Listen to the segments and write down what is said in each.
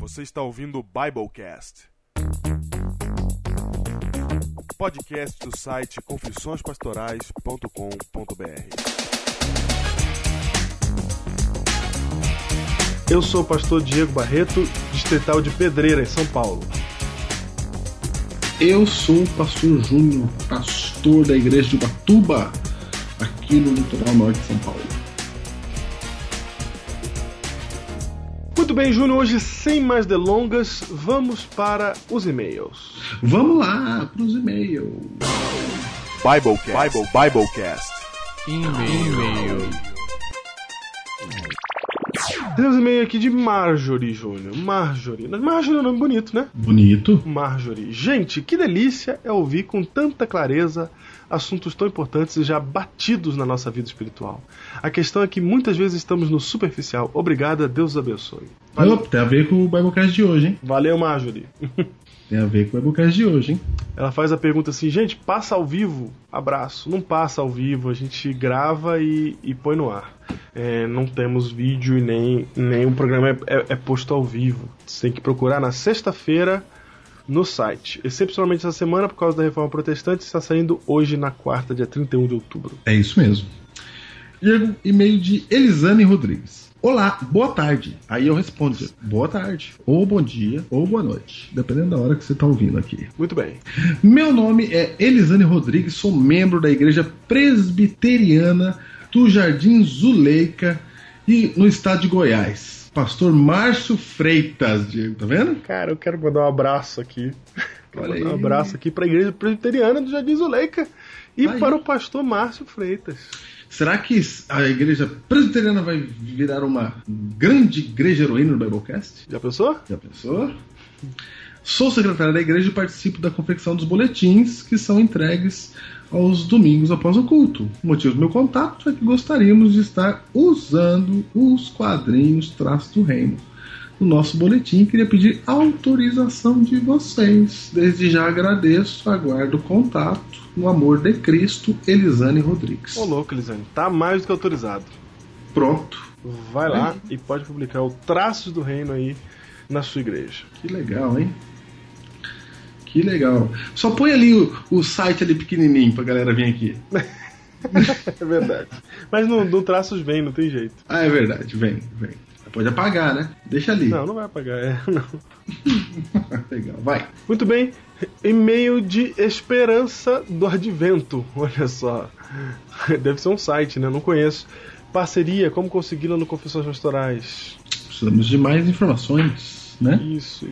Você está ouvindo o Biblecast, podcast do site confissõespastorais.com.br. Eu sou o pastor Diego Barreto, distrital de Pedreira, em São Paulo. Eu sou o pastor Júnior, pastor da igreja de Ubatuba, aqui no litoral norte de São Paulo. Muito bem, Júnior, hoje sem mais delongas, vamos para os e-mails. Vamos lá para os e-mails. Biblecast. E-mail. Temos e-mail aqui de Marjorie, Júnior. Marjorie é um nome bonito, né? Bonito. Marjorie. Gente, que delícia é ouvir com tanta clareza assuntos tão importantes e já batidos na nossa vida espiritual. A questão é que muitas vezes estamos no superficial. Obrigada, Deus os abençoe. Tem a ver com o Biblecast de hoje, hein? Valeu, Marjorie. Tem a ver com o Biblecast de hoje, hein? Ela faz a pergunta assim, gente, passa ao vivo? Abraço. Não passa ao vivo, a gente grava e põe no ar. Não temos vídeo e nem o programa é posto ao vivo. Você tem que procurar na sexta-feira no site. Excepcionalmente essa semana, por causa da Reforma Protestante, está saindo hoje na quarta, dia 31 de outubro. É isso mesmo. Diego, e-mail de Elisane Rodrigues. Olá, boa tarde. Aí eu respondo, boa tarde, ou bom dia, ou boa noite, dependendo da hora que você está ouvindo aqui. Muito bem. Meu nome é Elisane Rodrigues, sou membro da Igreja Presbiteriana do Jardim Zuleika e no estado de Goiás. Pastor Márcio Freitas, Diego, tá vendo? Cara, eu quero mandar um abraço aqui. Olha aí. Um abraço aqui para a Igreja Presbiteriana do Jardim Zuleika e Aí. para o pastor Márcio Freitas. Será que a Igreja Presbiteriana vai virar uma grande igreja heroína no Biblecast? Já pensou? Já pensou? Sou secretário da igreja e participo da confecção dos boletins que são entregues aos domingos após o culto. O motivo do meu contato é que gostaríamos de estar usando os quadrinhos Traços do Reino no nosso boletim. Queria pedir autorização de vocês. Desde já agradeço, aguardo o contato. No amor de Cristo, Elisane Rodrigues. Ô louco, Elisane, tá mais do que autorizado. Pronto. Vai lá e pode publicar o Traços do Reino aí na sua igreja. Que legal, hein? Que legal. Só põe ali o site ali pequenininho pra galera vir aqui. É verdade. Mas no Traços vem, não tem jeito. Ah, é verdade. Vem. Pode apagar, né? Deixa ali. Não vai apagar, não. Legal, vai. Muito bem. E-mail de Esperança do Advento. Olha só. Deve ser um site, né? Não conheço. Parceria, como consegui-la no Confissões Pastorais? Precisamos de mais informações, né? Isso.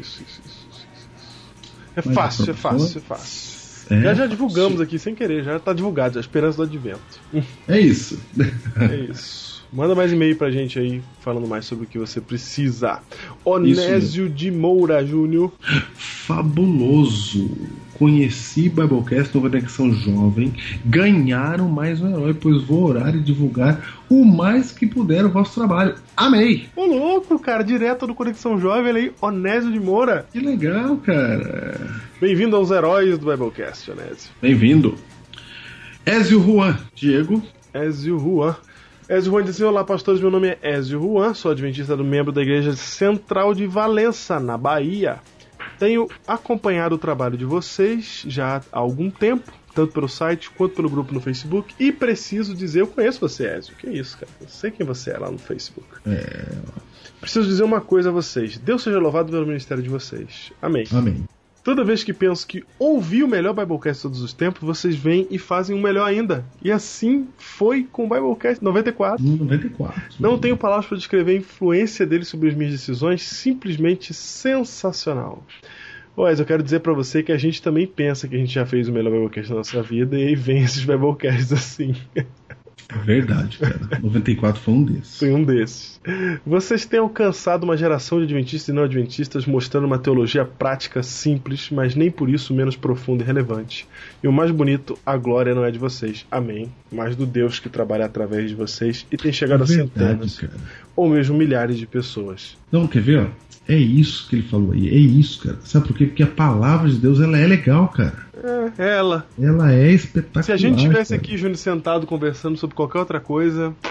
É fácil. Já divulgamos aqui sem querer, já tá divulgado, a Esperança do Advento. É isso. É isso. Manda mais e-mail pra gente aí, falando mais sobre o que você precisa. Onésio de Moura Júnior. Fabuloso. Conheci Biblecast no Conexão Jovem. Ganharam mais um herói, pois vou orar e divulgar o mais que puder o vosso trabalho. Amei. Ô louco, cara, direto do Conexão Jovem, ele aí, Onésio de Moura. Que legal, cara. Bem-vindo aos heróis do Biblecast, Onésio. Bem-vindo. Ézio Juan. Diego. Ézio Juan diz assim, olá pastores, meu nome é Ézio Juan, sou adventista do membro da Igreja Central de Valença, na Bahia. Tenho acompanhado o trabalho de vocês já há algum tempo, tanto pelo site quanto pelo grupo no Facebook, e preciso dizer, eu conheço você, Ézio, que isso, cara, eu sei quem você é lá no Facebook. Preciso dizer uma coisa a vocês, Deus seja louvado pelo ministério de vocês. Amém. Amém. Toda vez que penso que ouvi o melhor Biblecast de todos os tempos, vocês vêm e fazem um melhor ainda. E assim foi com o Biblecast 94. 94. Não tenho palavras para descrever a influência dele sobre as minhas decisões, simplesmente sensacional. Mas eu quero dizer para você que a gente também pensa que a gente já fez o melhor Biblecast da nossa vida, e aí vem esses Biblecasts assim. É verdade, cara. 94 foi um desses. Foi um desses. Vocês têm alcançado uma geração de adventistas e não adventistas mostrando uma teologia prática simples, mas nem por isso menos profunda e relevante. E o mais bonito, a glória não é de vocês. Amém. Mas do Deus que trabalha através de vocês e tem chegado a centenas, cara, ou mesmo milhares de pessoas. Não, quer ver, ó? É isso que ele falou aí. É isso, cara. Sabe por quê? Porque a palavra de Deus, ela é legal, cara. Ela é espetacular. Se a gente estivesse cara aqui, Júnior, sentado conversando sobre qualquer outra coisa,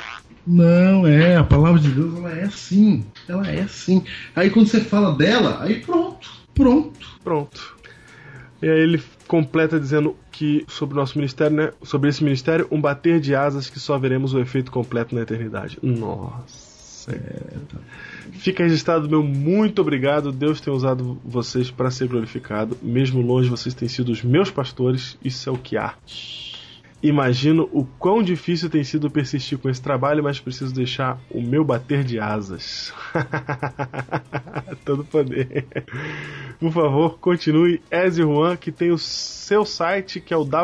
Não, a palavra de Deus, ela é assim. Ela é assim. Aí quando você fala dela, aí pronto. E aí ele completa dizendo que sobre o nosso ministério, né? Sobre esse ministério, um bater de asas que só veremos o efeito completo na eternidade. Nossa. Fica registrado meu muito obrigado. Deus tem usado vocês para ser glorificado. Mesmo longe, vocês têm sido os meus pastores. Isso é o que há. Imagino o quão difícil tem sido persistir com esse trabalho, mas preciso deixar o meu bater de asas. Todo poder. Por favor, continue. Ezio Juan, que tem o seu site, que é o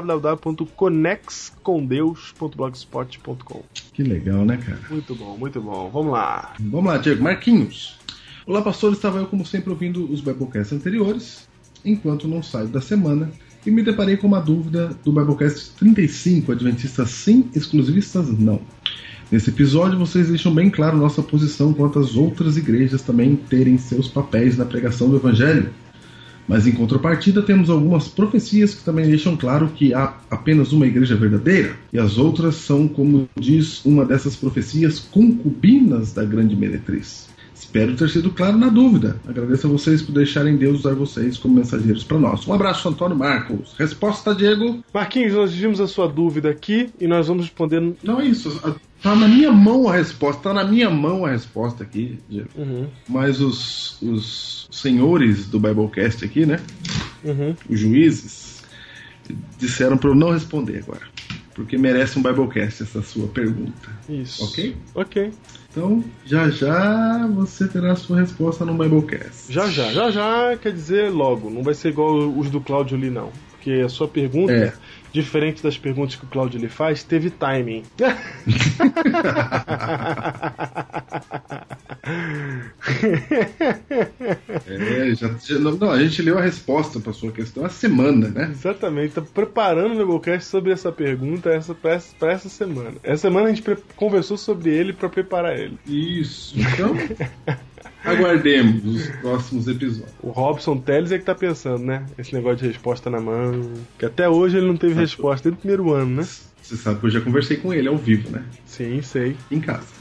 www.conexcondeus.blogspot.com. Que legal, né, cara? Muito bom, muito bom. Vamos lá. Vamos lá, Diego. Marquinhos. Olá, pastor. Estava eu, como sempre, ouvindo os Biblecasts anteriores, enquanto não saio da semana, e me deparei com uma dúvida do Biblecast 35, Adventistas sim, exclusivistas não. Nesse episódio vocês deixam bem claro nossa posição quanto às outras igrejas também terem seus papéis na pregação do Evangelho. Mas em contrapartida temos algumas profecias que também deixam claro que há apenas uma igreja verdadeira, e as outras são, como diz uma dessas profecias, concubinas da grande meretriz. Espero ter sido claro na dúvida. Agradeço a vocês por deixarem Deus usar vocês como mensageiros para nós. Um abraço, Antônio Marcos. Resposta, Diego? Marquinhos, nós vimos a sua dúvida aqui e nós vamos responder... Não é isso. Tá na minha mão a resposta. Aqui, Diego. Mas os senhores do Biblecast aqui, né? Os juízes disseram para eu não responder agora. Porque merece um Biblecast essa sua pergunta. Isso. Ok? Ok. Então, já você terá a sua resposta no Biblecast. Já, quer dizer logo. Não vai ser igual os do Cláudio Lee, não. Porque a sua pergunta, diferente das perguntas que o Cláudio Lee faz, teve timing. A gente leu a resposta para sua questão há semana, né? Exatamente, tá preparando o Biblecast sobre essa pergunta para essa semana. Essa semana a gente conversou sobre ele para preparar ele. Isso, então aguardemos os próximos episódios. O Robson Teles é que tá pensando, né? Esse negócio de resposta na mão. Que até hoje ele não teve resposta desde o primeiro ano, né? Você sabe que eu já conversei com ele ao vivo, né? Sim, sei. Em casa.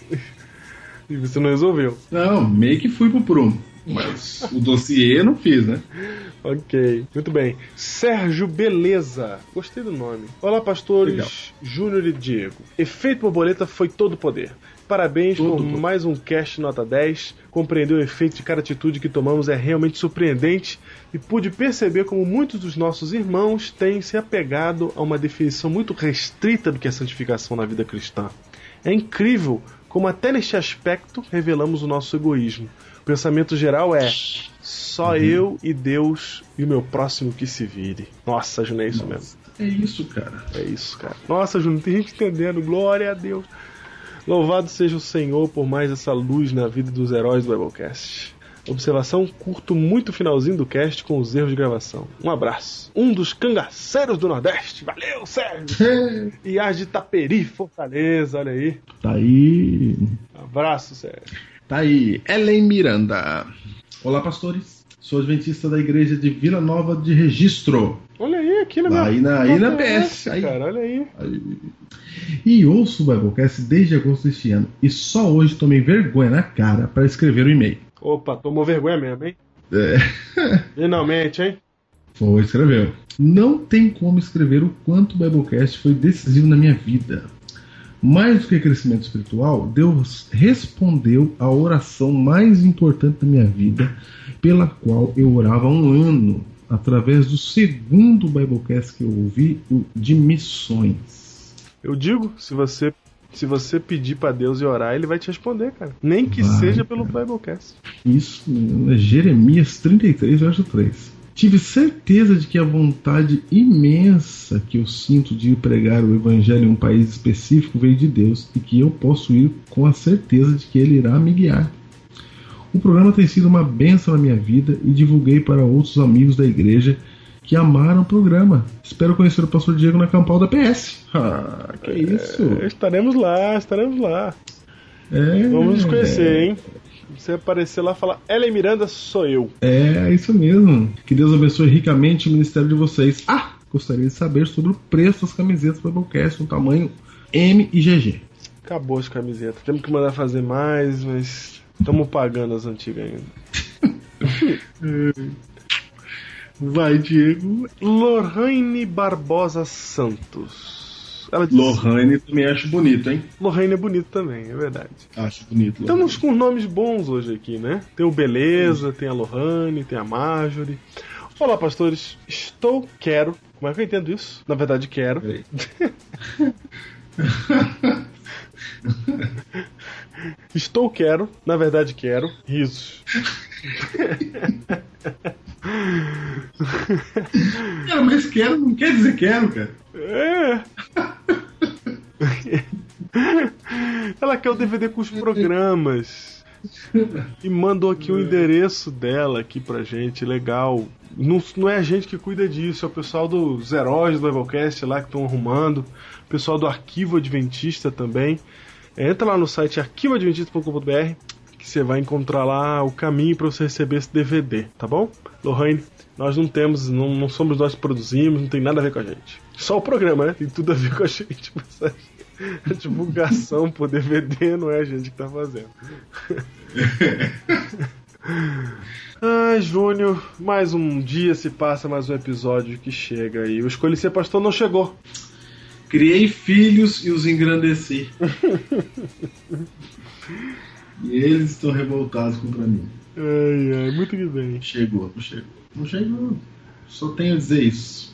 E você não resolveu? Não, meio que fui pro prumo. Mas o dossiê eu não fiz, né? Ok, muito bem. Sérgio Beleza. Gostei do nome. Olá, pastores. Legal. Júnior e Diego. Efeito Borboleta foi todo poder. Parabéns por mais um cast nota 10. Compreender o efeito de cada atitude que tomamos é realmente surpreendente e pude perceber como muitos dos nossos irmãos têm se apegado a uma definição muito restrita do que é santificação na vida cristã. É incrível como até neste aspecto revelamos o nosso egoísmo. O pensamento geral é só eu e Deus e o meu próximo que se vire. Nossa, Júnior, é isso mesmo. É isso, cara. É isso, cara. Nossa, Júnior, tem gente entendendo. Glória a Deus. Louvado seja o Senhor por mais essa luz na vida dos heróis do Biblecast. Observação, curto muito o finalzinho do cast com os erros de gravação. Um abraço. Um dos cangaceiros do Nordeste. Valeu, Sérgio. E as de Itaperi, Fortaleza, olha aí. Tá aí. Abraço, Sérgio. Tá aí. Ellen Miranda. Olá, pastores. Sou adventista da igreja de Vila Nova de Registro. Olha aí, aqui na aí na PS. Aí. Cara, olha aí. E ouço o Biblecast desde agosto deste ano. E só hoje tomei vergonha na cara para escrever o e-mail. Opa, tomou vergonha mesmo, hein? Finalmente, hein? Foi, escreveu. Não tem como escrever o quanto o Biblecast foi decisivo na minha vida. Mais do que crescimento espiritual, Deus respondeu a oração mais importante da minha vida, pela qual eu orava há um ano, através do segundo Biblecast que eu ouvi, o de missões. Eu digo, se você pedir pra Deus e orar, ele vai te responder, cara. Nem que seja pelo Biblecast. Isso, é Jeremias 33, verso 3. Tive certeza de que a vontade imensa que eu sinto de ir pregar o Evangelho em um país específico veio de Deus e que eu posso ir com a certeza de que Ele irá me guiar. O programa tem sido uma bênção na minha vida e divulguei para outros amigos da igreja que amaram o programa. Espero conhecer o pastor Diego na Campal da PS. Que isso? Estaremos lá. Vamos nos conhecer, hein? Você aparecer lá e falar, Ellen Miranda, sou eu. É isso mesmo. Que Deus abençoe ricamente o ministério de vocês. Gostaria de saber sobre o preço das camisetas para Biblecast no tamanho M e GG. Acabou as camisetas. Temos que mandar fazer mais, mas estamos pagando as antigas ainda. Vai, Diego. Lorraine Barbosa Santos. Ela diz... Lorraine também acho bonito, hein? Lorraine é bonito também, é verdade. Acho bonito. Estamos com nomes bons hoje aqui, né? Tem o Beleza, tem a Lorraine, tem a Marjorie. Olá, pastores. Quero. Como é que eu entendo isso? Na verdade, quero. Quero. Na verdade, quero. Risos. Cara, mas quero não quer dizer quero, cara. É. Ela quer o DVD com os programas. E mandou aqui o endereço dela aqui pra gente. Legal. Não é a gente que cuida disso, é o pessoal dos heróis do Biblecast lá que estão arrumando. O pessoal do Arquivo Adventista também. Entra lá no site arquivoadventista.com.br que você vai encontrar lá o caminho para você receber esse DVD, tá bom? Lorraine, nós não temos, não somos nós que produzimos, não tem nada a ver com a gente. Só o programa, né? Tem tudo a ver com a gente. Mas a divulgação por DVD não é a gente que tá fazendo. Ai, Júnior, mais um dia se passa, mais um episódio que chega aí. O Escolhi Ser Pastor não chegou. Criei filhos e os engrandeci. E eles estão revoltados contra mim. Ai, muito que bem. Chegou. Não chegou. Só tenho a dizer isso.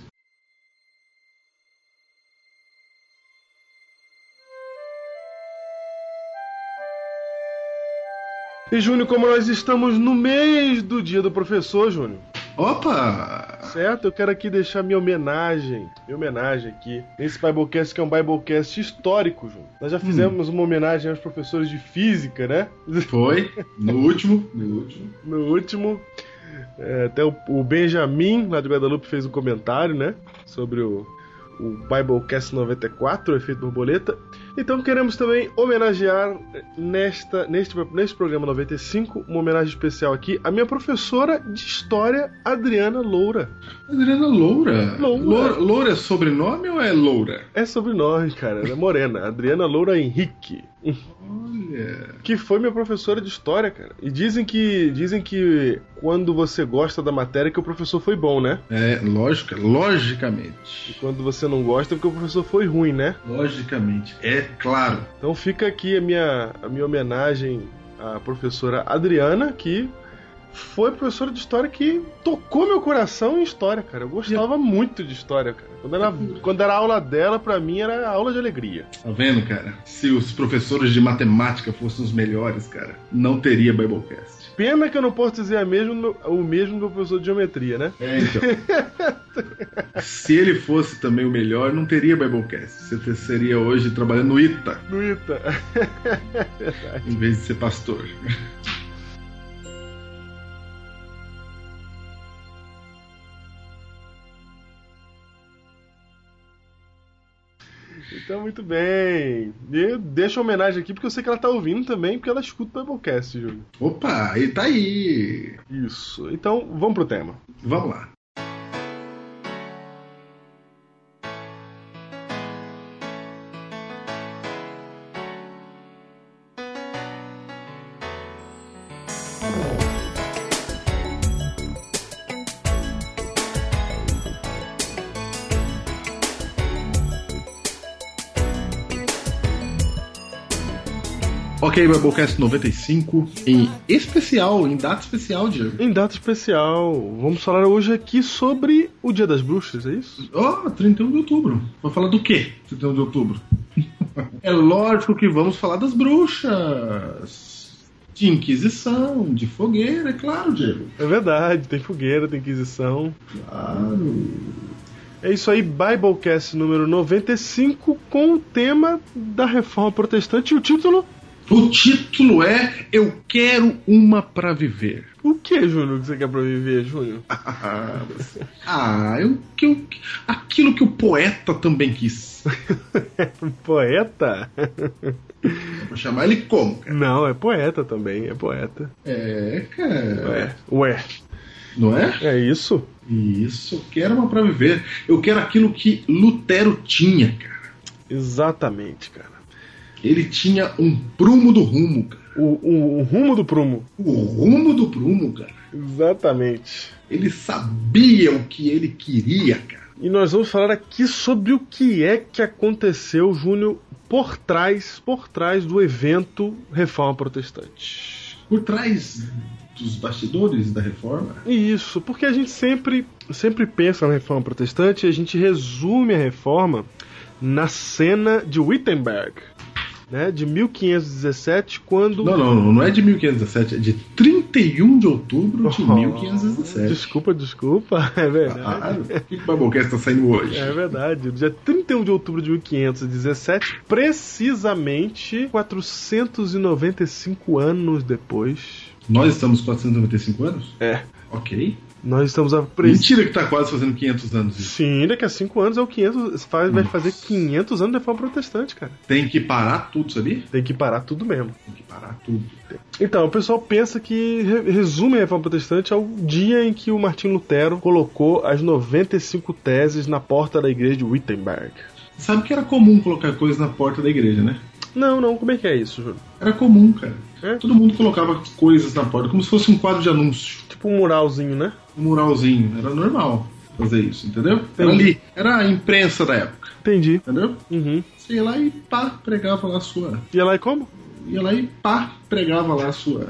E, Júnior, como nós estamos no mês do Dia do Professor, Júnior. Opa! Certo, eu quero aqui deixar minha homenagem aqui, nesse Biblecast, que é um Biblecast histórico, Júnior. Nós já fizemos uma homenagem aos professores de física, né? Foi, no último. No último. Até o Benjamin, lá de Guadalupe, fez um comentário, né? Sobre o Biblecast 94, o Efeito Borboleta. Então queremos também homenagear neste programa 95, uma homenagem especial aqui, a minha professora de História, Adriana Loura. Adriana Loura? Loura é sobrenome ou é Loura? É sobrenome, cara, ela é morena. Adriana Loura Henrique. Olha. Que foi minha professora de História, cara. E dizem que quando você gosta da matéria que o professor foi bom, né? É, logicamente. E quando você não gosta é porque o professor foi ruim, né? Logicamente, é claro. Então fica aqui a minha homenagem à professora Adriana, que foi professora de História que tocou meu coração em História, cara. Eu gostava muito de História, cara. Quando era a aula dela, pra mim era aula de alegria. Tá vendo, cara? Se os professores de matemática fossem os melhores, cara, não teria Biblecast. Pena que eu não posso dizer o mesmo do professor de geometria, né? É, então. Se ele fosse também o melhor, não teria Biblecast. Você seria hoje trabalhando no ITA. No ITA. Em vez de ser pastor. Então, muito bem. E deixa a homenagem aqui, porque eu sei que ela tá ouvindo também, porque ela escuta o Biblecast, Júlio. Opa, ele tá aí. Isso. Então, vamos pro tema. Vamos lá. Ok, Biblecast 95, em data especial, Diego. Em data especial. Vamos falar hoje aqui sobre o Dia das Bruxas, é isso? 31 de outubro. Vamos falar do quê? 31 de outubro. É lógico que vamos falar das bruxas. De Inquisição, de fogueira, é claro, Diego. É verdade, tem fogueira, tem Inquisição. Claro. É isso aí, Biblecast número 95, com o tema da Reforma Protestante e o título... O título é Eu Quero Uma Pra Viver. O que, Júnior, que você quer pra viver, Júnior? Aquilo que o poeta também quis. Poeta? Vou chamar ele como, cara? Não, é poeta também, é poeta. É, cara. Ué. Não é? É isso? Isso, eu quero uma pra viver. Eu quero aquilo que Lutero tinha, cara. Exatamente, cara. Ele tinha um prumo do rumo, cara. O rumo do prumo. O rumo do prumo, cara. Exatamente. Ele sabia o que ele queria, cara. E nós vamos falar aqui sobre o que é que aconteceu, Júnior, por trás do evento Reforma Protestante. Por trás dos bastidores da Reforma? Isso, porque a gente sempre pensa na Reforma Protestante e a gente resume a Reforma na cena de Wittenberg, né, de 1517, quando... Não é de 1517, é de 31 de outubro de 1517. Desculpa, é verdade. O que o Biblecast está saindo hoje? É verdade, dia 31 de outubro de 1517, precisamente 495 anos depois. Nós estamos 495 anos? É. Ok. Nós estamos Mentira que está quase fazendo 500 anos isso. Sim, daqui a 5 anos é o 500, vai fazer 500 anos de Reforma Protestante, cara. Tem que parar tudo, sabia? Tem que parar tudo mesmo. Tem que parar tudo. Então, o pessoal pensa que resume a Reforma Protestante ao dia em que o Martim Lutero colocou as 95 teses na porta da igreja de Wittenberg. Sabe que era comum colocar coisas na porta da igreja, né? Não, como é que é isso, Júlio? Era comum, cara. É? Todo mundo colocava coisas na porta, como se fosse um quadro de anúncio. Tipo um muralzinho, né? Um muralzinho. Era normal fazer isso, entendeu? Era ali. Era a imprensa da época. Entendi. Entendeu? Uhum. Você ia lá e pá, pregava lá a sua... Ia lá e como? Ia lá e pá, pregava lá a sua...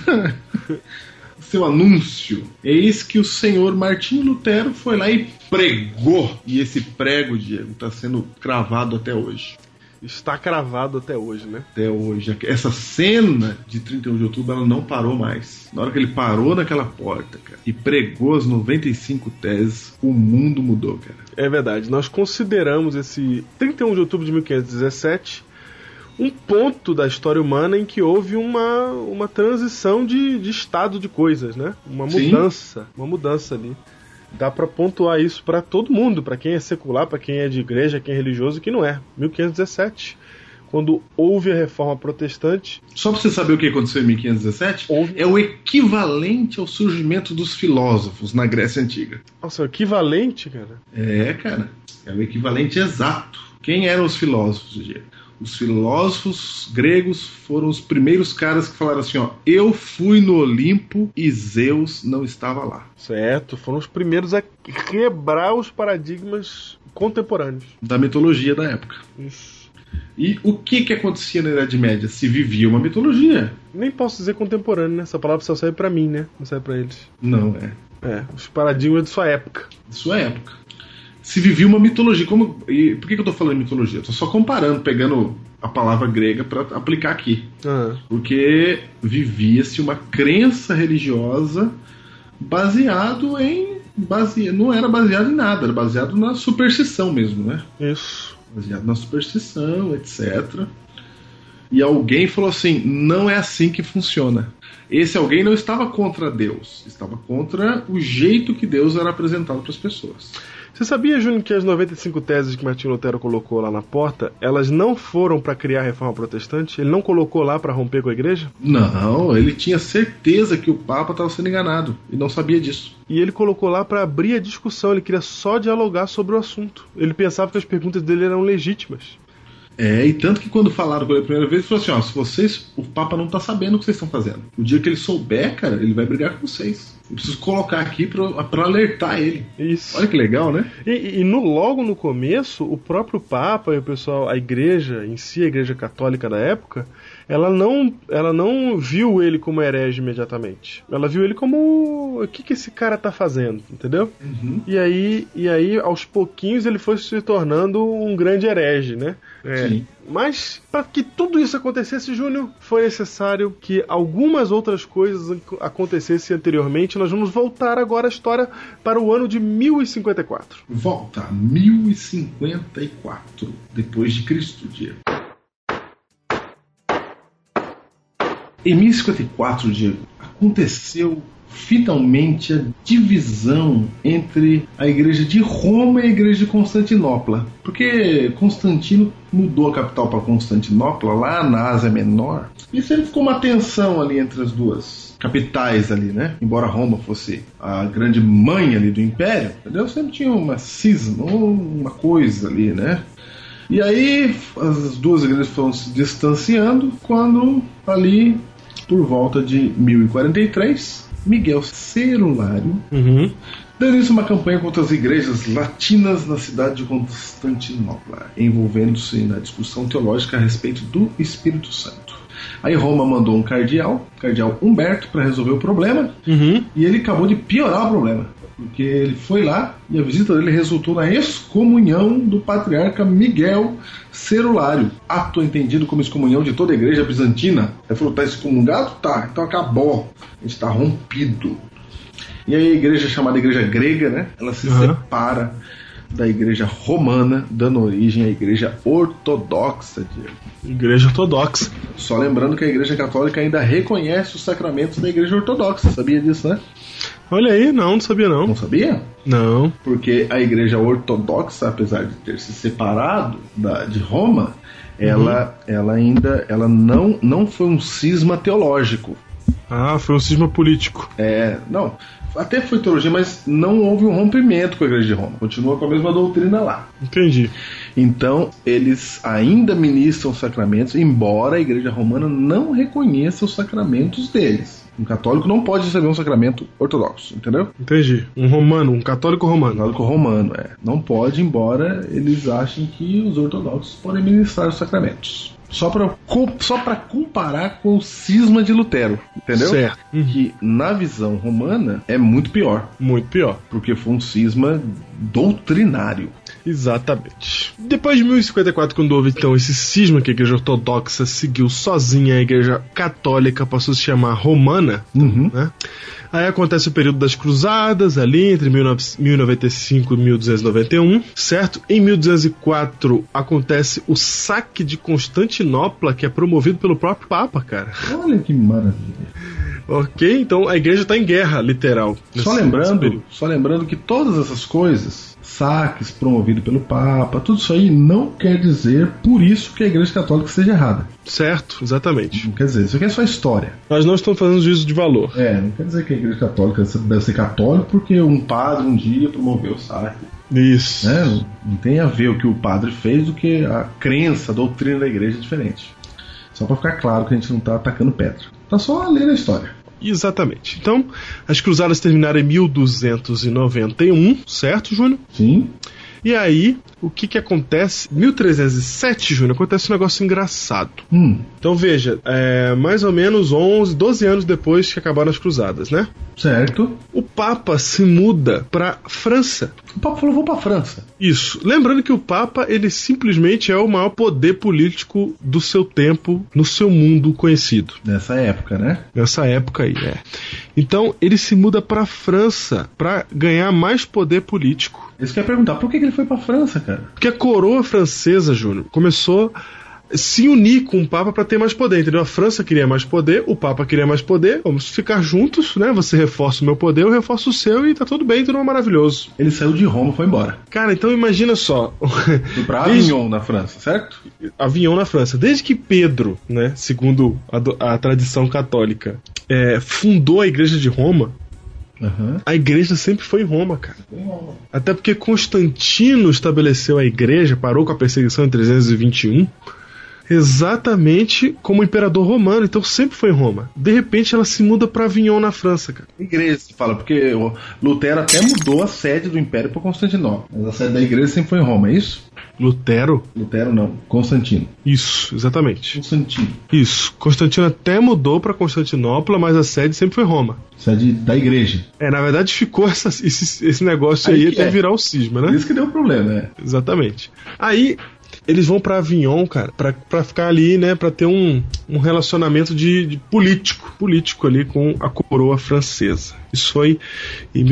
seu anúncio. Eis que o senhor Martinho Lutero foi lá e pregou. E esse prego, Diego, está sendo cravado até hoje. Está cravado até hoje, né? Até hoje. Essa cena de 31 de outubro, ela não parou mais. Na hora que ele parou naquela porta, cara, e pregou as 95 teses, o mundo mudou, cara. É verdade. Nós consideramos esse 31 de outubro de 1517 um ponto da história humana em que houve uma transição de estado de coisas, né? Uma mudança ali. Dá pra pontuar isso pra todo mundo, pra quem é secular, pra quem é de igreja, quem é religioso, que não é. 1517, quando houve a Reforma Protestante... Só pra você saber o que aconteceu em 1517, é o equivalente ao surgimento dos filósofos na Grécia Antiga. Nossa, é o equivalente, cara? É, cara. É o equivalente exato. Quem eram os filósofos, Diego? Os filósofos gregos foram os primeiros caras que falaram assim, ó, eu fui no Olimpo e Zeus não estava lá. Certo, foram os primeiros a quebrar os paradigmas contemporâneos. Da mitologia da época. Isso. E o que acontecia na Idade Média? Se vivia uma mitologia. Nem posso dizer contemporâneo, né? Essa palavra só serve pra mim, né? Não serve pra eles. Não, é. É, os paradigmas de sua época. De sua época. Se vivia uma mitologia. E por que eu tô falando mitologia? Eu tô só comparando, pegando a palavra grega para aplicar aqui. Uhum. Porque vivia-se uma crença religiosa baseado em... não era baseado em nada, era baseado na superstição mesmo, né? Isso. Baseado na superstição, etc. E alguém falou assim, não é assim que funciona. Esse alguém não estava contra Deus, estava contra o jeito que Deus era apresentado para as pessoas. Você sabia, Júnior, que as 95 teses que Martinho Lutero colocou lá na porta, elas não foram para criar a Reforma Protestante? Ele não colocou lá para romper com a igreja? Não, ele tinha certeza que o Papa estava sendo enganado e não sabia disso. E ele colocou lá para abrir a discussão, ele queria só dialogar sobre o assunto. Ele pensava que as perguntas dele eram legítimas. É, e tanto que quando falaram com ele a primeira vez, ele falou assim, ó, se vocês, o Papa não tá sabendo o que vocês estão fazendo. O dia que ele souber, cara, ele vai brigar com vocês. Eu preciso colocar aqui pra alertar ele. Isso. Olha que legal, né? E logo no começo, o próprio Papa e o pessoal, a igreja em si, a igreja católica da época, ela não viu ele como herege imediatamente. Ela viu ele como, o que esse cara tá fazendo, entendeu? Uhum. E aí, aos pouquinhos, ele foi se tornando um grande herege, né? Sim. Mas, para que tudo isso acontecesse, Júnior, foi necessário que algumas outras coisas acontecessem anteriormente. Nós vamos voltar agora a história para o ano de 1054. Volta, 1054, depois de Cristo, Diego. Em 1054, Diego, aconteceu finalmente a divisão entre a igreja de Roma e a igreja de Constantinopla, porque Constantino mudou a capital para Constantinopla, lá na Ásia Menor, e sempre ficou uma tensão ali entre as duas capitais ali, né? Embora Roma fosse a grande mãe ali do império, entendeu? Sempre tinha uma cisma, uma coisa ali, né? E aí as duas igrejas foram se distanciando quando ali por volta de 1043 Miguel Cerulário deu início a uma campanha contra as igrejas latinas na cidade de Constantinopla, envolvendo-se na discussão teológica a respeito do Espírito Santo. Aí Roma mandou um cardeal Humberto, para resolver o problema, e ele acabou de piorar o problema, porque ele foi lá e a visita dele resultou na excomunhão do patriarca Miguel Cerulário, ato entendido como excomunhão de toda a igreja bizantina. Ele falou: tá excomungado? Tá, então acabou, a gente tá rompido. E aí a igreja chamada igreja grega, né, ela se separa da igreja romana, dando origem à igreja ortodoxa. Igreja ortodoxa. Só lembrando que a igreja católica ainda reconhece os sacramentos da igreja ortodoxa. Sabia disso, né? Olha aí, não sabia não. Não sabia? Não. Porque a igreja ortodoxa, apesar de ter se separado de Roma, ela não foi um cisma teológico. Ah, foi um cisma político. Não. Até foi teologia, mas não houve um rompimento com a igreja de Roma. Continua com a mesma doutrina lá. Entendi. Então, eles ainda ministram sacramentos, embora a igreja romana não reconheça os sacramentos deles. Um católico não pode receber um sacramento ortodoxo, entendeu? Entendi. Um católico romano. Um católico romano, não pode, embora eles achem que os ortodoxos podem ministrar os sacramentos. Só para comparar com o cisma de Lutero, entendeu? Certo. Que na visão romana é muito pior. Muito pior. Porque foi um cisma doutrinário. Exatamente. Depois de 1054, quando houve então esse cisma que a igreja ortodoxa seguiu sozinha, a igreja católica passou a se chamar romana, né? Aí acontece o período das cruzadas, ali entre 1095 e 1291, certo? Em 1204 acontece o saque de Constantinopla, que é promovido pelo próprio Papa, cara. Olha que maravilha. Ok, então a igreja está em guerra, literal. Só lembrando que todas essas coisas, saques promovido pelo Papa, tudo isso aí não quer dizer por isso que a igreja católica esteja errada. Certo, exatamente. Não quer dizer, isso aqui é só história. Nós não estamos fazendo juízo de valor. Não quer dizer que a igreja católica deve ser católica porque um padre um dia promoveu o saque. Isso. Não tem a ver o que o padre fez do que a crença, a doutrina da igreja é diferente. Só para ficar claro que a gente não está atacando pedra. Tá só lendo a história. Exatamente. Então, as cruzadas terminaram em 1291, certo, Júnior? Sim. E aí, o que acontece? 1307, Júnior, acontece um negócio engraçado. Então veja, mais ou menos 12 anos depois que acabaram as cruzadas, né? Certo. O Papa se muda pra França. O Papa falou: vou pra França. Isso. Lembrando que o Papa, ele simplesmente é o maior poder político do seu tempo, no seu mundo conhecido. Nessa época, né? Nessa época aí, Então, ele se muda pra França pra ganhar mais poder político. Isso que eu ia perguntar, por que ele foi pra França, cara? Porque a coroa francesa, Júnior, começou a se unir com o Papa para ter mais poder, entendeu? A França queria mais poder, o Papa queria mais poder, vamos ficar juntos, né? Você reforça o meu poder, eu reforço o seu e tá tudo bem, tudo maravilhoso. Ele saiu de Roma e foi embora. Cara, então imagina só. Foi pra Avignon, na França, certo? Avignon, na França. Desde que Pedro, né, segundo a tradição católica, fundou a igreja de Roma, a igreja sempre foi em Roma, cara. Até porque Constantino estabeleceu a igreja, parou com a perseguição em 321, exatamente como imperador romano, então sempre foi em Roma. De repente ela se muda pra Avignon, na França, cara. Igreja, se fala, porque o Lutero até mudou a sede do império pra Constantinopla, mas a sede da igreja sempre foi em Roma, é isso? Lutero não, Constantino. Isso, exatamente. Constantino. Isso, Constantino até mudou pra Constantinopla, mas a sede sempre foi Roma. Sede da igreja. Na verdade ficou esse negócio aí até virar o cisma, né? Isso que deu problema, né? Exatamente. Aí eles vão pra Avignon, cara, pra ficar ali, né, pra ter um relacionamento de político ali com a coroa francesa. Isso foi em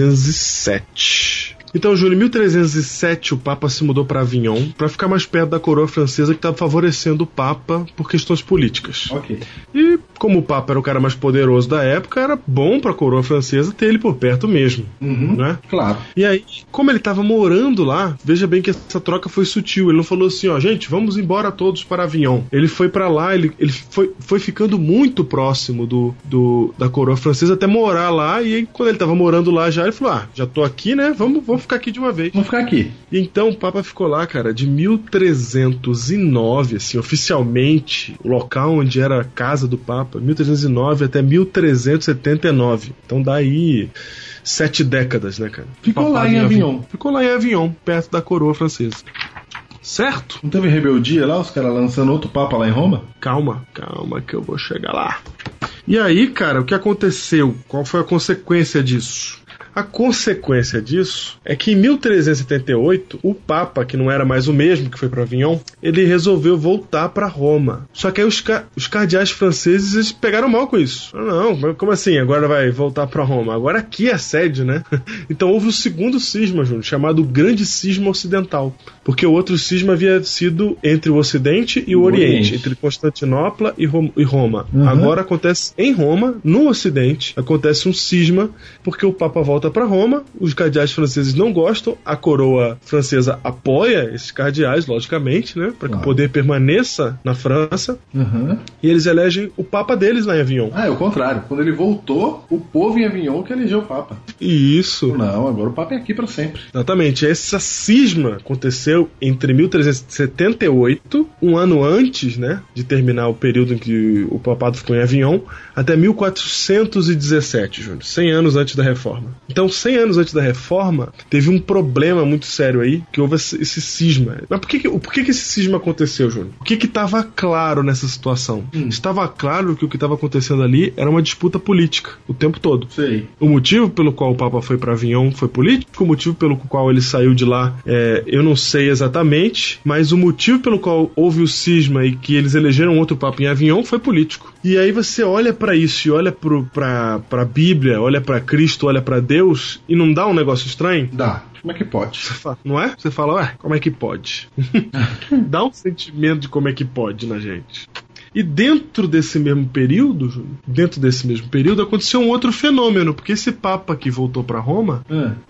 1307. Então, Júlio, em 1307 o Papa se mudou para Avignon para ficar mais perto da coroa francesa, que estava favorecendo o Papa por questões políticas. Ok. E como o Papa era o cara mais poderoso da época, era bom pra coroa francesa ter ele por perto mesmo, né? Claro. E aí, como ele tava morando lá, veja bem que essa troca foi sutil. Ele não falou assim, ó, gente, vamos embora todos para Avignon. Ele foi pra lá, ele foi ficando muito próximo da coroa francesa até morar lá, e aí, quando ele tava morando lá já, ele falou, já tô aqui, né, vamos ficar aqui de uma vez. Vamos ficar aqui. E então o Papa ficou lá, cara, de 1309, assim, oficialmente, o local onde era a casa do Papa, 1309 até 1379. Então daí 7 décadas, né, cara? Ficou lá em Avignon. Ficou lá em Avignon, perto da coroa francesa. Certo? Não teve rebeldia lá, os caras lançando outro Papa lá em Roma? Calma que eu vou chegar lá. E aí, cara, o que aconteceu? Qual foi a consequência disso? A consequência disso é que em 1378, o Papa, que não era mais o mesmo que foi para Avignon, ele resolveu voltar para Roma. Só que aí os cardeais franceses eles pegaram mal com isso. Não, como assim? Agora vai voltar para Roma? Agora aqui é a sede, né? Então houve o segundo cisma, Júnior, chamado Grande Cisma Ocidental. Porque o outro cisma havia sido entre o Ocidente e o Oriente, entre Constantinopla e Roma. Agora acontece em Roma, no Ocidente, acontece um cisma, porque o Papa volta para Roma, os cardeais franceses não gostam, a coroa francesa apoia esses cardeais, logicamente, né, para que o poder permaneça na França, e eles elegem o Papa deles lá em Avignon. É o contrário. Quando ele voltou, o povo em Avignon que elegeu o Papa. Isso. Não, agora o Papa é aqui para sempre. Exatamente. Essa cisma aconteceu entre 1378, um ano antes, né, de terminar o período em que o papado ficou em Avignon, até 1417, Júnior, 100 anos antes da Reforma. Então, 100 anos antes da Reforma, teve um problema muito sério aí, que houve esse cisma. Mas por que esse cisma aconteceu, Júnior? O que estava claro nessa situação? Estava claro que o que estava acontecendo ali era uma disputa política, o tempo todo. Sei. O motivo pelo qual o Papa foi para Avignon foi político, o motivo pelo qual ele saiu de lá, eu não sei exatamente, mas o motivo pelo qual houve o cisma e que eles elegeram outro Papa em Avignon foi político. E aí você olha para isso e olha para a Bíblia, olha para Cristo, olha para Deus, e não dá um negócio estranho? Dá. Como é que pode? Não é? Você fala, como é que pode? Dá um sentimento de como é que pode na gente. E dentro desse mesmo período, aconteceu um outro fenômeno, porque esse Papa que voltou para Roma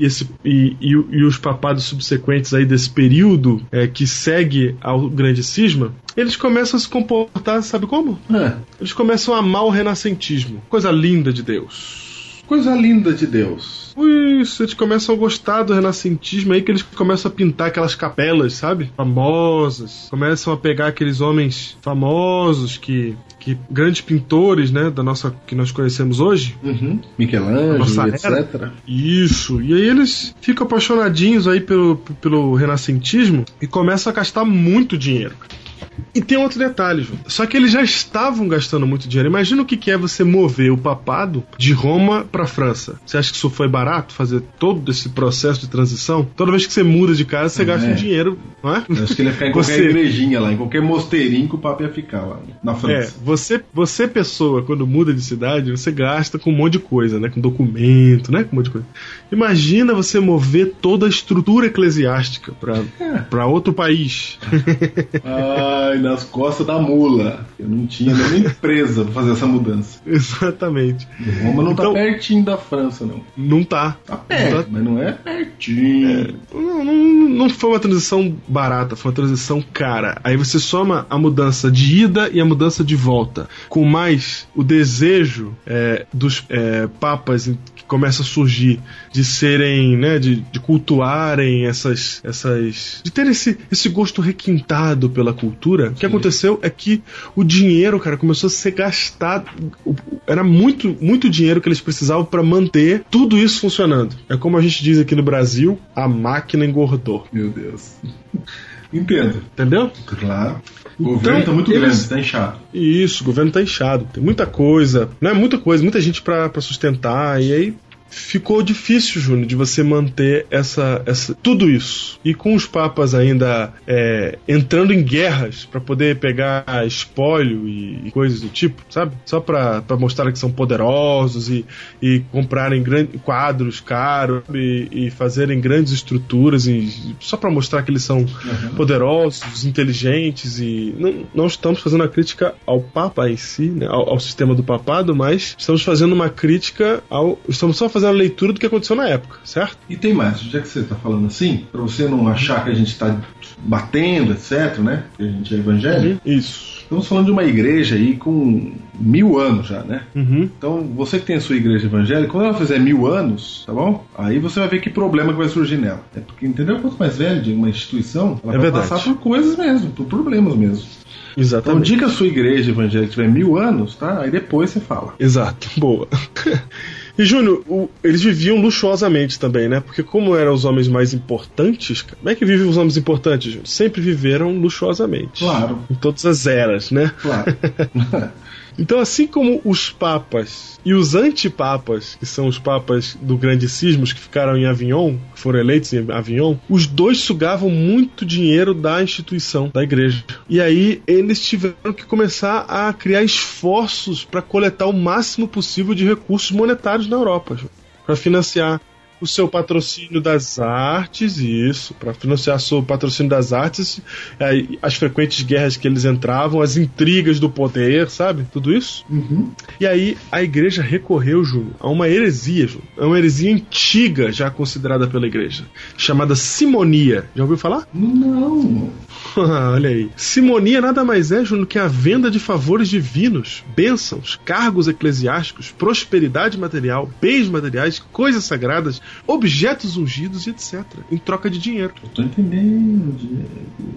e os papados subsequentes aí desse período que segue ao grande cisma, eles começam a se comportar, sabe como? Eles começam a amar o renascentismo. Coisa linda de Deus. Coisa linda de Deus. Isso, eles começam a gostar do renascentismo aí, que eles começam a pintar aquelas capelas, sabe? Famosas. Começam a pegar aqueles homens famosos que grandes pintores, né, que nós conhecemos hoje. Michelangelo, etc. Isso. E aí eles ficam apaixonadinhos aí pelo renascentismo e começam a gastar muito dinheiro. E tem outro detalhe, João. Só que eles já estavam gastando muito dinheiro. Imagina o que é você mover o papado de Roma pra França. Você acha que isso foi barato? Fazer todo esse processo de transição? Toda vez que você muda de casa, você gasta um dinheiro, não é? Eu acho que ele ia ficar em qualquer igrejinha lá, em qualquer mosteirinho que o Papa ia ficar lá na França. Você pessoa, quando muda de cidade, você gasta com um monte de coisa, né? Com documento, né? Com um monte de coisa. Imagina você mover toda a estrutura eclesiástica pra outro país. Ai, nas costas da mula. Eu não tinha nenhuma empresa pra fazer essa mudança. Exatamente. Roma não tá pertinho da França, não. Não tá. Tá perto, mas não é pertinho. Não foi uma transição barata, foi uma transição cara. Aí você soma a mudança de ida e a mudança de volta, com mais o desejo dos papas que começa a surgir de serem, né, de cultuarem de ter esse gosto requintado pela cultura. O que aconteceu é que o dinheiro, cara, começou a ser gastado. Era muito, muito dinheiro que eles precisavam para manter tudo isso funcionando. É como a gente diz aqui no Brasil, a máquina engordou. Meu Deus. Entendo. Entendeu? Claro. O governo tá muito grande, tá inchado. Isso, o governo tá inchado. Tem muita coisa, não é muita coisa, muita gente pra sustentar, e aí ficou difícil, Júnior, de você manter tudo isso. E com os papas ainda entrando em guerras para poder pegar espólio e coisas do tipo, sabe? Só para mostrar que são poderosos e comprarem quadros caros e fazerem grandes estruturas só para mostrar que eles são poderosos, inteligentes. E não estamos fazendo a crítica ao Papa em si, né, ao sistema do papado, mas estamos fazendo uma crítica estamos só fazendo a leitura do que aconteceu na época, certo? E tem mais, já que você está falando assim, para você não achar que a gente está batendo, etc, né? Que a gente é evangélico. Isso. Estamos falando de uma igreja aí com 1000 anos já, né? Então, você que tem a sua igreja evangélica, quando ela fizer 1000 anos, tá bom? Aí você vai ver que problema que vai surgir nela. É porque, entendeu? Quanto mais velho de uma instituição, ela vai passar por coisas mesmo, por problemas mesmo. Exatamente. Então, diga a sua igreja evangélica tiver 1000 anos, tá? Aí depois você fala. Exato, boa. E, Júnior, eles viviam luxuosamente também, né? Porque como eram os homens mais importantes, como é que vivem os homens importantes, Júnior? Sempre viveram luxuosamente. Claro. Em todas as eras, né? Claro. Então, assim como os papas e os antipapas, que são os papas do Grande Cismos, que ficaram em Avignon, que foram eleitos em Avignon, os dois sugavam muito dinheiro da instituição, da igreja. E aí eles tiveram que começar a criar esforços para coletar o máximo possível de recursos monetários na Europa, para financiar o seu patrocínio das artes, para financiar o seu patrocínio das artes, as frequentes guerras que eles entravam, as intrigas do poder, sabe? Tudo isso. E aí a igreja recorreu, Júlio, a uma heresia, Júlio. É uma heresia antiga, já considerada pela igreja, chamada simonia. Já ouviu falar? Não. Olha aí. Simonia nada mais é, Júnior, que a venda de favores divinos, bênçãos, cargos eclesiásticos, prosperidade material, bens materiais, coisas sagradas, objetos ungidos e etc. em troca de dinheiro. Eu tô entendendo, Diego.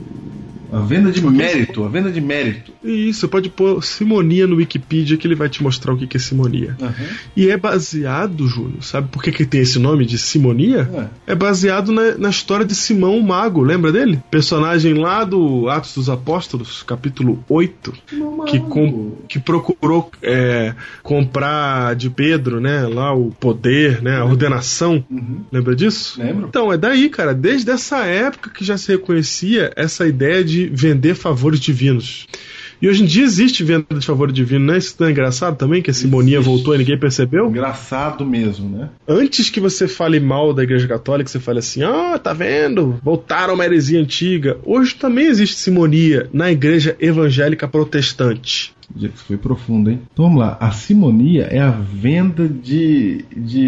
A venda de mérito, a venda de mérito. Isso, você pode pôr simonia no Wikipedia que ele vai te mostrar o que é simonia. E é baseado, Júlio, sabe por que tem esse nome de simonia? É baseado na história de Simão o Mago, lembra dele? Personagem lá do Atos dos Apóstolos, capítulo 8, que procurou comprar de Pedro, né, lá o poder, né, a ordenação. Lembra disso? Lembro. Então, é daí, cara, desde essa época que já se reconhecia essa ideia de vender favores divinos. E hoje em dia existe venda de favor divino, né? Isso não é engraçado também, que a simonia voltou e ninguém percebeu? Engraçado mesmo, né? Antes que você fale mal da Igreja Católica, você fale assim, tá vendo? Voltaram a uma heresia antiga. Hoje também existe simonia na Igreja Evangélica Protestante. Isso foi profundo, hein? Então vamos lá. A simonia é a venda de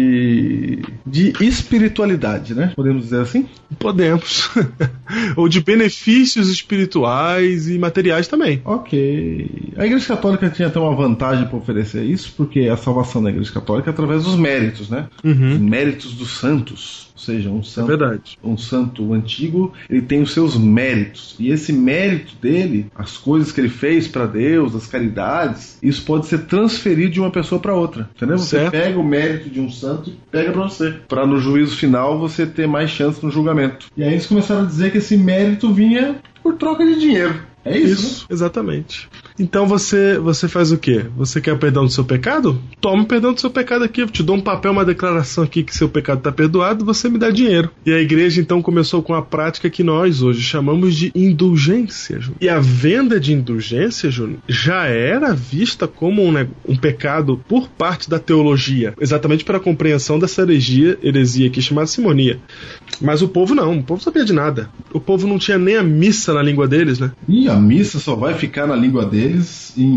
espiritualidade, né? Podemos dizer assim? Podemos. Ou de benefícios espirituais e materiais também. Ok. A Igreja Católica tinha até uma vantagem para oferecer isso, porque a salvação da Igreja Católica é através dos méritos, né? Os méritos dos santos. Ou seja, um santo antigo, ele tem os seus méritos. E esse mérito dele, as coisas que ele fez para Deus, as caridades, isso pode ser transferido de uma pessoa para outra. Entendeu? Você pega o mérito de um santo e pega para você. Para no juízo final você ter mais chance no julgamento. E aí eles começaram a dizer que esse mérito vinha por troca de dinheiro. É isso, né? Exatamente. Então você faz o quê? Você quer o perdão do seu pecado? Toma o perdão do seu pecado aqui. Eu te dou um papel, uma declaração aqui que seu pecado está perdoado, você me dá dinheiro. E a igreja então começou com a prática que nós hoje chamamos de indulgência, Júnior. E a venda de indulgência, Júnior, já era vista como um pecado por parte da teologia, exatamente para a compreensão dessa heresia aqui chamada simonia. Mas o povo não, o povo sabia de nada. O povo não tinha nem a missa na língua deles, né? E a missa só vai ficar na língua deles em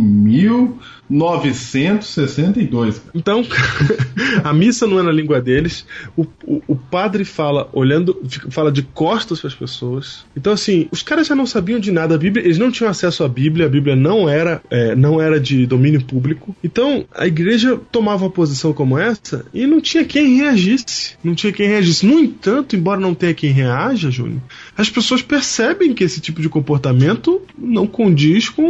1962. Então, a missa não é na língua deles. O padre fala de costas para as pessoas. Então, assim, os caras já não sabiam de nada. A Bíblia, eles não tinham acesso à Bíblia. A Bíblia não era de domínio público. Então, a igreja tomava uma posição como essa e não tinha quem reagisse. No entanto, embora não tenha quem reaja, Júnior, as pessoas percebem que esse tipo de comportamento não condiz com qualquer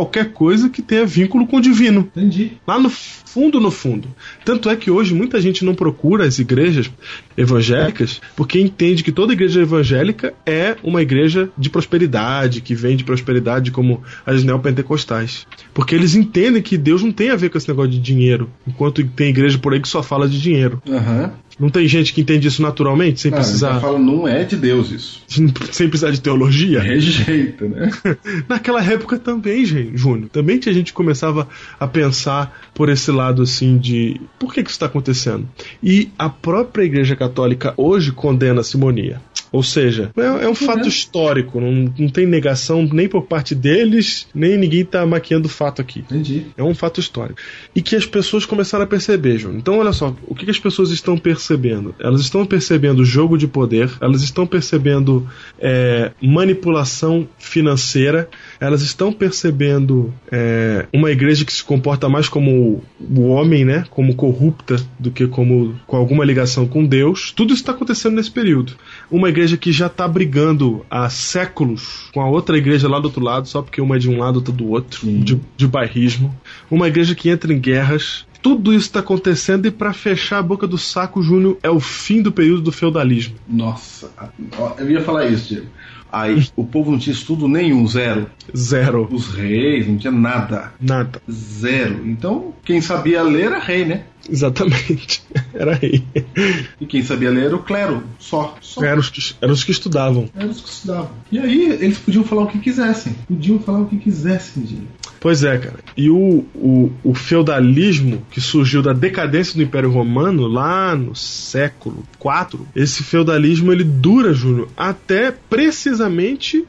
qualquer coisa que tenha vínculo com o divino. Entendi. Lá no fundo, no fundo. Tanto é que hoje muita gente não procura as igrejas evangélicas porque entende que toda igreja evangélica é uma igreja de prosperidade, que vem de prosperidade como as neopentecostais. Porque eles entendem que Deus não tem a ver com esse negócio de dinheiro, enquanto tem igreja por aí que só fala de dinheiro. Aham. Não tem gente que entende isso naturalmente, sem precisar... Fala, não é de Deus isso. Sem precisar de teologia? Rejeita, né? Naquela época também, gente, Júnior. Também tinha gente que começava a pensar por esse lado assim de... Por que isso está acontecendo? E a própria Igreja Católica hoje condena a simonia. Ou seja, é um fato histórico, não tem negação nem por parte deles, nem ninguém está maquiando o fato aqui. Entendi. É um fato histórico. E que as pessoas começaram a perceber, Júnior. Então, olha só, o que as pessoas estão percebendo? Elas estão percebendo jogo de poder, elas estão percebendo manipulação financeira, elas estão percebendo uma igreja que se comporta mais como o homem, né? Como corrupta, do que com alguma ligação com Deus. Tudo isso está acontecendo nesse período. Uma igreja que já está brigando há séculos com a outra igreja lá do outro lado, só porque uma é de um lado, outra do outro, de bairrismo. Uma igreja que entra em guerras. Tudo isso está acontecendo e, para fechar a boca do saco, Júnior, é o fim do período do feudalismo. Nossa, eu ia falar isso, Diego. Aí o povo não tinha estudo nenhum, zero. Os reis, não tinha nada. Nada. Zero. Então, quem sabia ler era rei, né? Exatamente. Era rei. E quem sabia ler era o clero, só. Eram os que estudavam. E aí, eles podiam falar o que quisessem. Diego. Pois é, cara. E o feudalismo que surgiu da decadência do Império Romano lá no século IV, esse feudalismo ele dura, Júnior, até precisamente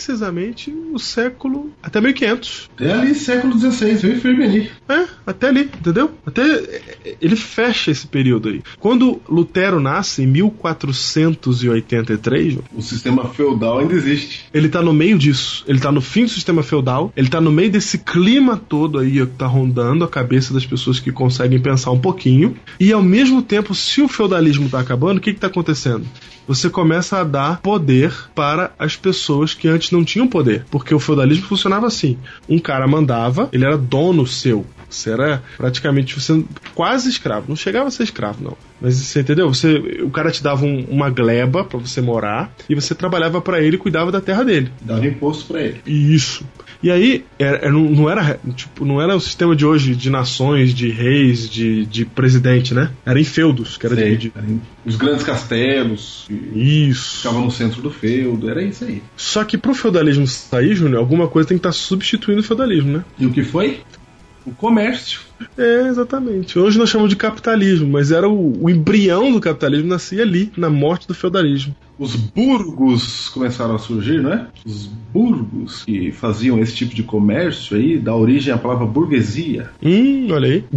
o século... até 1500. Até ali, século XVI, veio firme ali. Até ali, entendeu? Até ele fecha esse período aí. Quando Lutero nasce, em 1483... o sistema feudal ainda existe. Ele tá no meio disso. Ele tá no fim do sistema feudal. Ele tá no meio desse clima todo aí que tá rondando a cabeça das pessoas que conseguem pensar um pouquinho. E ao mesmo tempo, se o feudalismo tá acabando, o que tá acontecendo? Você começa a dar poder para as pessoas que antes não tinham poder. Porque o feudalismo funcionava assim. Um cara mandava, ele era dono seu. Você era praticamente quase escravo. Não chegava a ser escravo, não. Mas você entendeu? O cara te dava uma gleba para você morar e você trabalhava para ele e cuidava da terra dele. Dava imposto para ele. Isso. E aí, não era o sistema de hoje de nações, de reis, de presidente, né? Era em feudos que era dividido. Os grandes castelos. Isso. Ficavam no centro do feudo, era isso aí. Só que pro feudalismo sair, Júnior, alguma coisa tem que estar substituindo o feudalismo, né? E o que foi? O comércio. Exatamente. Hoje nós chamamos de capitalismo, mas era o embrião do capitalismo, nascia ali, na morte do feudalismo. Os burgos começaram a surgir, não é? Os burgos que faziam esse tipo de comércio aí, dá origem à palavra burguesia. Olha aí.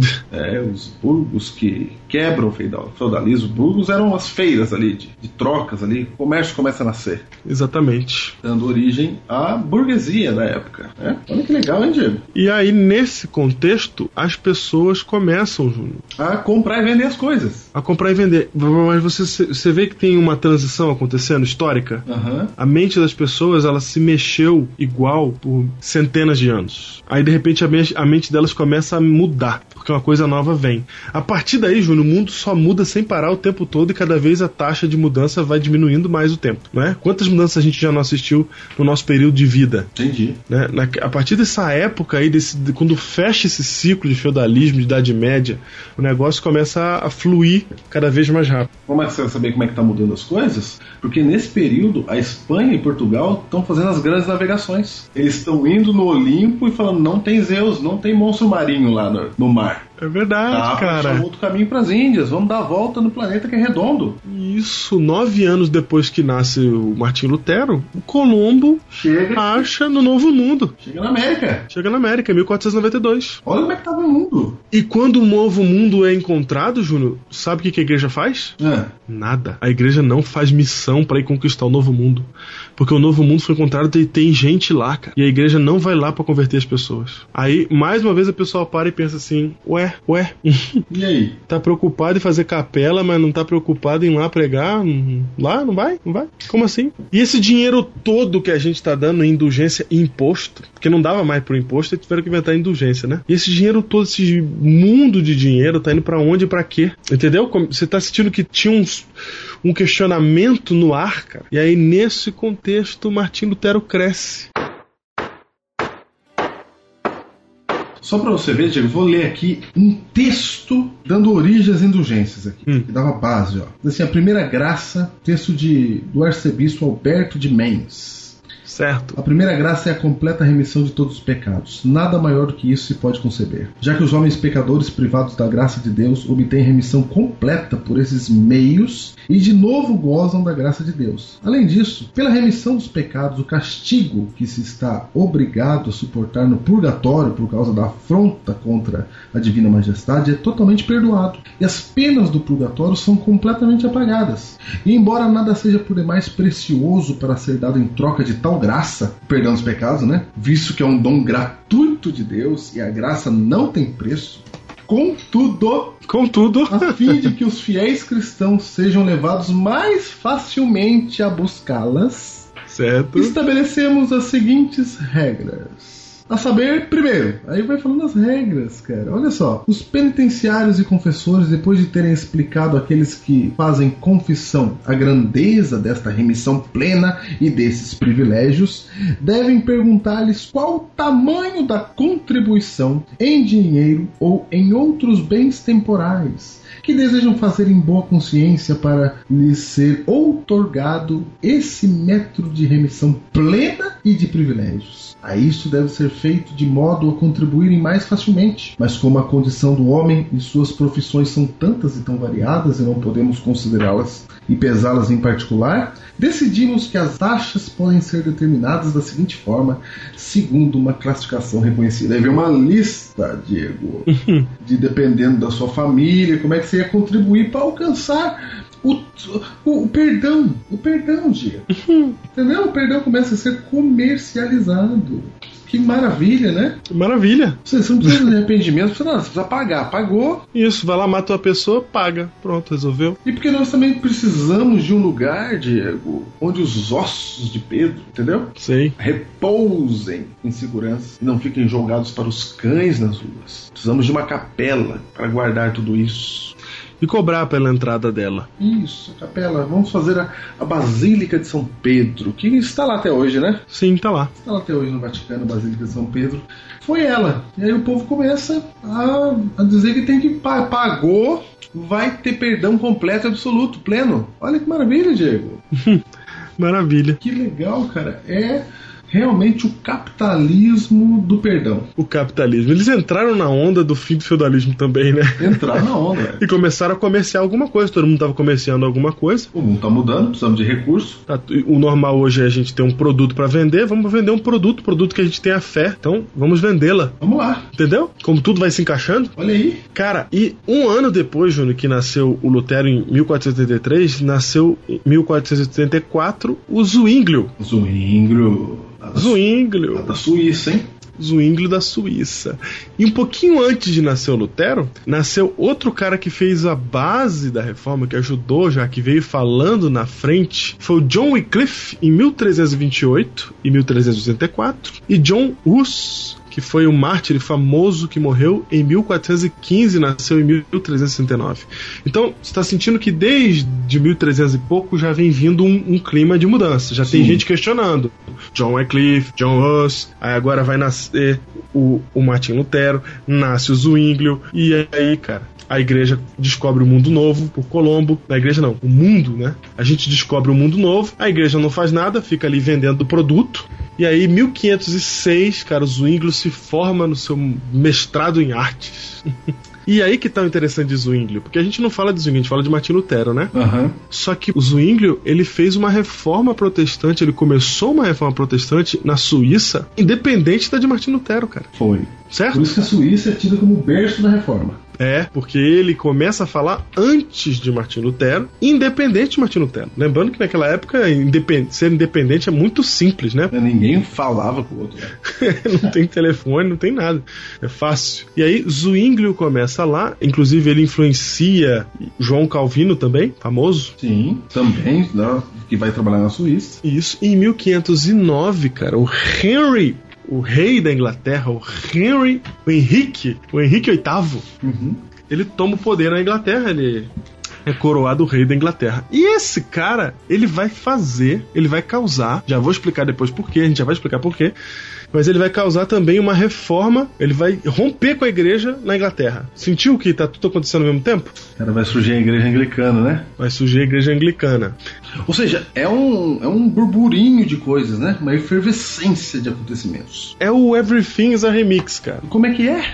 Os burgos que quebram o feudalismo. Burgos eram as feiras ali, de trocas ali. O comércio começa a nascer. Exatamente. Dando origem à burguesia da época. Olha que legal, hein, Diego? E aí, nesse contexto, as pessoas começam, Júnior, a comprar e vender as coisas. A comprar e vender. Mas você vê que tem uma transição acontecendo histórica? A mente das pessoas, ela se mexeu igual por centenas de anos. Aí, de repente, a mente delas começa a mudar, porque uma coisa nova vem. A partir daí, Júnior, o mundo só muda sem parar o tempo todo e cada vez a taxa de mudança vai diminuindo mais o tempo, não é? Quantas mudanças a gente já não assistiu no nosso período de vida? Entendi. Né? A partir dessa época aí, quando fecha esse ciclo de feudalismo, de Idade Média, o negócio começa a fluir cada vez mais rápido. Como é que você vai saber como é que tá mudando as coisas? Porque nesse período, a Espanha e Portugal estão fazendo as grandes navegações. Eles estão indo no Olimpo e falando, não tem Zeus, não tem monstro marinho lá no mar. É verdade, cara. Outro caminho para as Índias, vamos dar a volta no planeta que é redondo. Isso, 9 anos depois que nasce o Martim Lutero, o Colombo acha no Novo Mundo. Chega na América, 1492. Olha como é que tava o mundo. E quando o Novo Mundo é encontrado, Júnior, sabe o que a igreja faz? Nada. A igreja não faz missão para ir conquistar o Novo Mundo. Porque o Novo Mundo foi encontrado e tem gente lá, cara. E a igreja não vai lá para converter as pessoas. Aí, mais uma vez, a pessoa para e pensa assim, Ué. E aí? Tá preocupado em fazer capela, mas não tá preocupado em ir lá pregar? Lá? Não vai? Como assim? E esse dinheiro todo que a gente tá dando em indulgência e imposto, porque não dava mais pro imposto, eles tiveram que inventar indulgência, né? E esse dinheiro todo, esse mundo de dinheiro, tá indo pra onde e pra quê? Entendeu? Você tá sentindo que tinha um questionamento no ar, cara. E aí, nesse contexto, Martim Lutero cresce. Só para você ver, Diego, vou ler aqui um texto dando origem às indulgências aqui, que dava base, ó. Assim, a primeira graça, texto do arcebispo Alberto de Menz. Certo. A primeira graça é a completa remissão de todos os pecados. Nada maior do que isso se pode conceber. Já que os homens pecadores privados da graça de Deus obtêm remissão completa por esses meios e de novo gozam da graça de Deus. Além disso, pela remissão dos pecados, o castigo que se está obrigado a suportar no purgatório por causa da afronta contra a divina majestade é totalmente perdoado. E as penas do purgatório são completamente apagadas. E embora nada seja por demais precioso para ser dado em troca de tal graça, perdão dos pecados, né? Visto que é um dom gratuito de Deus e a graça não tem preço. Contudo, a fim de que os fiéis cristãos sejam levados mais facilmente a buscá-las, certo, estabelecemos as seguintes regras. A saber, primeiro, aí vai falando as regras, cara. Olha só, os penitenciários e confessores, depois de terem explicado àqueles que fazem confissão a grandeza desta remissão plena e desses privilégios, devem perguntar-lhes qual o tamanho da contribuição em dinheiro ou em outros bens temporais que desejam fazer em boa consciência para lhes ser outorgado esse método de remissão plena e de privilégios. A isso deve ser feito de modo a contribuírem mais facilmente. Mas como a condição do homem e suas profissões são tantas e tão variadas e não podemos considerá-las e pesá-las em particular, decidimos que as taxas podem ser determinadas da seguinte forma, segundo uma classificação reconhecida. Aí vem uma lista, Diego, de dependendo da sua família, como é que você ia contribuir para alcançar o perdão. O perdão, Diego. Entendeu? O perdão começa a ser comercializado. Que maravilha, né? Maravilha. Você não precisa de arrependimento, você precisa pagar. Pagou. Isso, vai lá, mata uma pessoa, paga. Pronto, resolveu. E porque nós também precisamos de um lugar, Diego, onde os ossos de Pedro, entendeu? Sei. Repousem em segurança e não fiquem jogados para os cães nas ruas. Precisamos de uma capela para guardar tudo isso. E cobrar pela entrada dela. Isso, capela. Vamos fazer a Basílica de São Pedro, que está lá até hoje, né? Sim, tá lá. Está lá até hoje no Vaticano, a Basílica de São Pedro. Foi ela. E aí o povo começa a dizer que tem que pagou, vai ter perdão completo, absoluto, pleno. Olha que maravilha, Diego. Maravilha. Que legal, cara. É realmente o capitalismo do perdão. O capitalismo. Eles entraram na onda do fim do feudalismo também, né? Entraram na onda. E começaram a comerciar alguma coisa. Todo mundo estava comerciando alguma coisa. O mundo está mudando, precisamos de recursos. O normal hoje é a gente ter um produto para vender. Vamos vender um produto que a gente tem a fé. Então, vamos vendê-la. Vamos lá. Entendeu? Como tudo vai se encaixando. Olha aí. Cara, e um ano depois, Júnior, que nasceu o Lutero em 1483, nasceu em 1484 o Zwinglio. Zwinglio. Da Suíça, hein? Zwinglio da Suíça. E um pouquinho antes de nascer o Lutero, nasceu outro cara que fez a base da reforma, que ajudou, já que veio falando na frente, foi o John Wycliffe, em 1328 e 1384, e John Hus, que foi um mártir famoso que morreu em 1415 e nasceu em 1369. Então, você está sentindo que desde 1300 e pouco já vem vindo um clima de mudança. Já tem gente questionando. John Wycliffe, John Hus, aí agora vai nascer o Martim Lutero, nasce o Zwinglio, e aí, cara, a igreja descobre o mundo novo por Colombo. A igreja não, o mundo, né? A gente descobre o mundo novo, a igreja não faz nada, fica ali vendendo o produto. E aí, 1506, cara, o Zwinglio se forma no seu mestrado em artes. E aí que tá o interessante de Zwinglio, porque a gente não fala de Zwinglio, a gente fala de Martim Lutero, né? Uhum. Só que o Zwinglio, ele fez uma reforma protestante, ele começou uma reforma protestante na Suíça, independente da de Martim Lutero, cara. certo? Por isso que a Suíça é tida como o berço da reforma. É, porque ele começa a falar antes de Martinho Lutero, independente de Martinho Lutero. Lembrando que naquela época ser independente é muito simples, né? Ninguém falava com o outro. Não tem telefone, não tem nada. É fácil. E aí Zwinglio começa lá, inclusive ele influencia João Calvino também, famoso. Sim, também, né, que vai trabalhar na Suíça. Isso. E em 1509, cara, o Henry, o rei da Inglaterra, o Henrique VIII, ele toma o poder na Inglaterra, ele é coroado rei da Inglaterra. E esse cara, ele vai causar, já vou explicar depois porquê, a gente já vai explicar porquê, mas ele vai causar também uma reforma, ele vai romper com a igreja na Inglaterra. Sentiu que tá tudo acontecendo ao mesmo tempo? Cara, vai surgir a igreja anglicana, né? Vai surgir a igreja anglicana. Ou seja, é um burburinho de coisas, né? Uma efervescência de acontecimentos. É o Everything is a Remix, cara. Como é que é?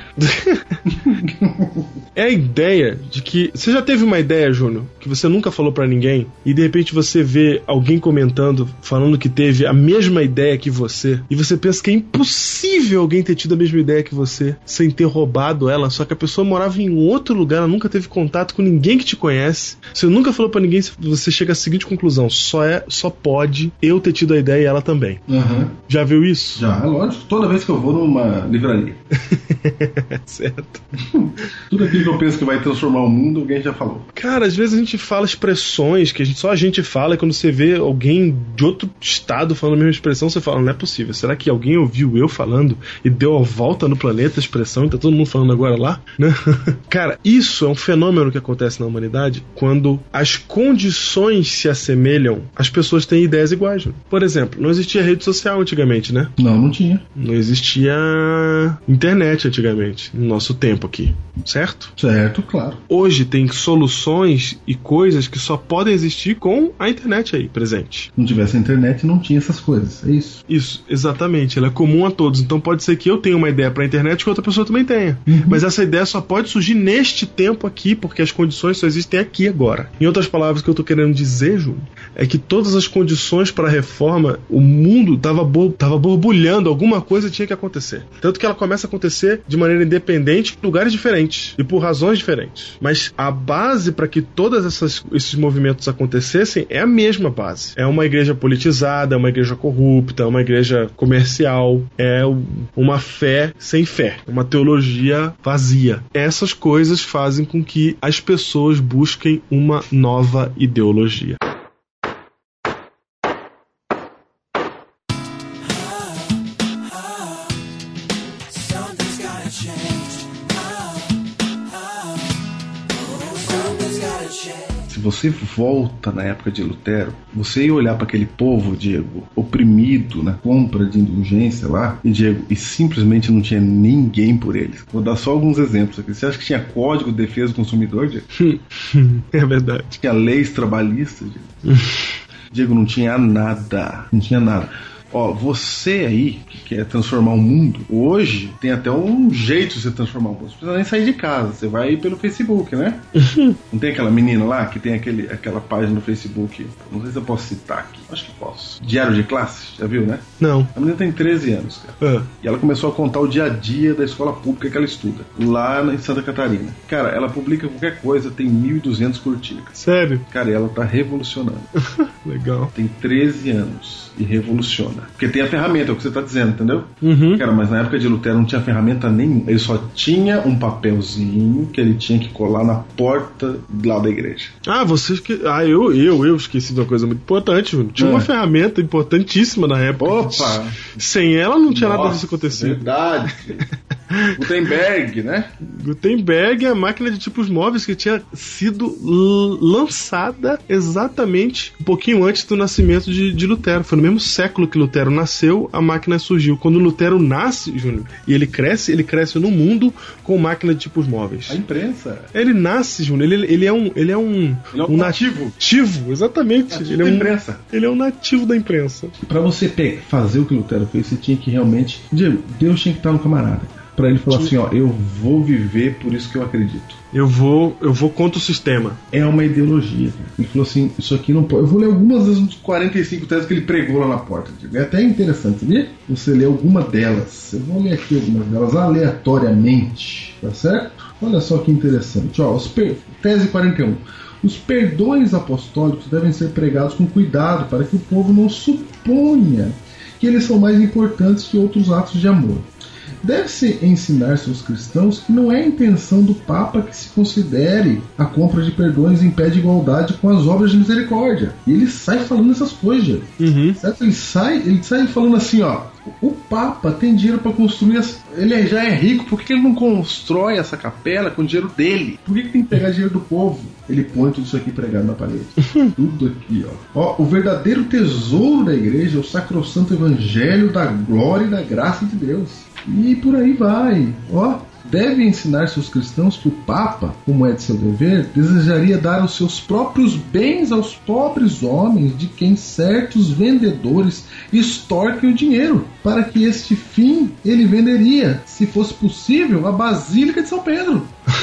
É a ideia de que... Você já teve uma ideia, Júnior, que você nunca falou pra ninguém, e de repente você vê alguém comentando, falando que teve a mesma ideia que você, e você pensa que é impossível alguém ter tido a mesma ideia que você, sem ter roubado ela, só que a pessoa morava em outro lugar, ela nunca teve contato com ninguém que te conhece, você nunca falou pra ninguém, você chega à seguinte conclusão: só pode eu ter tido a ideia e ela também. Já viu isso? Já, lógico. Toda vez que eu vou numa livraria. Certo. Tudo aquilo que eu penso que vai transformar o mundo, alguém já falou. Cara, às vezes a gente fala expressões que só a gente fala, e quando você vê alguém de outro estado falando a mesma expressão, você fala, não é possível. Será que alguém ouviu eu falando e deu a volta no planeta a expressão e tá todo mundo falando agora lá? Né? Cara, isso é um fenômeno que acontece na humanidade quando as condições se assemelham, as pessoas têm ideias iguais. Né? Por exemplo, não existia rede social antigamente, né? Não tinha. Não existia internet antigamente, no nosso tempo aqui, certo? Certo, claro. Hoje tem soluções e coisas que só podem existir com a internet aí presente. Se não tivesse a internet, não tinha essas coisas, é isso? Isso, exatamente. Ela é comum a todos. Então pode ser que eu tenha uma ideia pra internet que outra pessoa também tenha. Mas essa ideia só pode surgir neste tempo aqui, porque as condições só existem aqui agora. Em outras palavras, o que eu tô querendo dizer, Júlio, é que todas as condições para a reforma, o mundo tava borbulhando, alguma coisa tinha que acontecer. Tanto que ela começa a acontecer de maneira independente em lugares diferentes e por razões diferentes. Mas a base para que todos esses movimentos acontecessem é a mesma base. É uma igreja politizada, é uma igreja corrupta, é uma igreja comercial, é uma fé sem fé, uma teologia vazia. Essas coisas fazem com que as pessoas busquem uma nova ideologia. Se você volta na época de Lutero, você ia olhar para aquele povo, Diego, oprimido na compra de indulgência lá, e simplesmente não tinha ninguém por eles. Vou dar só alguns exemplos aqui. Você acha que tinha Código de Defesa do Consumidor, Diego? É verdade. Tinha leis trabalhistas, Diego? Diego, não tinha nada. Não tinha nada. Ó, você aí que quer transformar o mundo, hoje tem até um jeito de você transformar o mundo. Você não precisa nem sair de casa, você vai pelo Facebook, né? Não tem aquela menina lá que tem aquela página no Facebook, não sei se eu posso citar aqui, acho que posso. Diário de Classe, já viu, né? Não. A menina tem 13 anos, cara. E ela começou a contar o dia a dia da escola pública que ela estuda, lá em Santa Catarina. Cara, ela publica qualquer coisa, tem 1.200 curtidas. Sério? Cara, ela tá revolucionando. Legal. Tem 13 anos e revoluciona. Porque tem a ferramenta, é o que você tá dizendo, entendeu? Cara, mas na época de Lutero não tinha ferramenta nenhuma. Ele só tinha um papelzinho que ele tinha que colar na porta lá da igreja. Eu esqueci de uma coisa muito importante, Júnior. Tinha uma ferramenta importantíssima na época. Opa! Sem ela não tinha nada disso acontecido. Verdade. Gutenberg, né? Gutenberg é a máquina de tipos móveis que tinha sido lançada exatamente um pouquinho antes do nascimento de Lutero. Foi no mesmo século que Lutero nasceu, a máquina surgiu. Quando Lutero nasce, Júnior, e ele cresce no mundo com máquina de tipos móveis. A imprensa. Ele nasce, Júnior, ele é um nativo. Nativo, exatamente. Nativo ele é da imprensa. Ele é um nativo da imprensa. Pra você fazer o que Lutero fez, você tinha que realmente... Deus tinha que estar no camarada. pra ele falar assim, ó, eu vou viver por isso que eu acredito. Eu vou contra o sistema. É uma ideologia, cara. Ele falou assim, isso aqui não pode. Eu vou ler algumas das 45 teses que ele pregou lá na porta. É até interessante, sabia? Você lê alguma delas. Eu vou ler aqui algumas delas aleatoriamente, tá certo? Olha só que interessante. Ó, tese 41. Os perdões apostólicos devem ser pregados com cuidado para que o povo não suponha que eles são mais importantes que outros atos de amor. Deve-se ensinar-se aos cristãos que não é a intenção do Papa que se considere a compra de perdões em pé de igualdade com as obras de misericórdia. E ele sai falando essas coisas. Certo? Ele sai falando assim, ó. O Papa tem dinheiro para construir. Ele já é rico, por que ele não constrói essa capela com o dinheiro dele? Por que tem que pegar dinheiro do povo? Ele põe tudo isso aqui pregado na parede. Tudo aqui, ó. O verdadeiro tesouro da igreja é o sacrossanto evangelho da glória e da graça de Deus. E por aí vai. Ó. Deve ensinar-se aos cristãos que o Papa, como é de seu dever, desejaria dar os seus próprios bens aos pobres homens de quem certos vendedores extorquem o dinheiro. Para que este fim ele venderia, se fosse possível, a Basílica de São Pedro.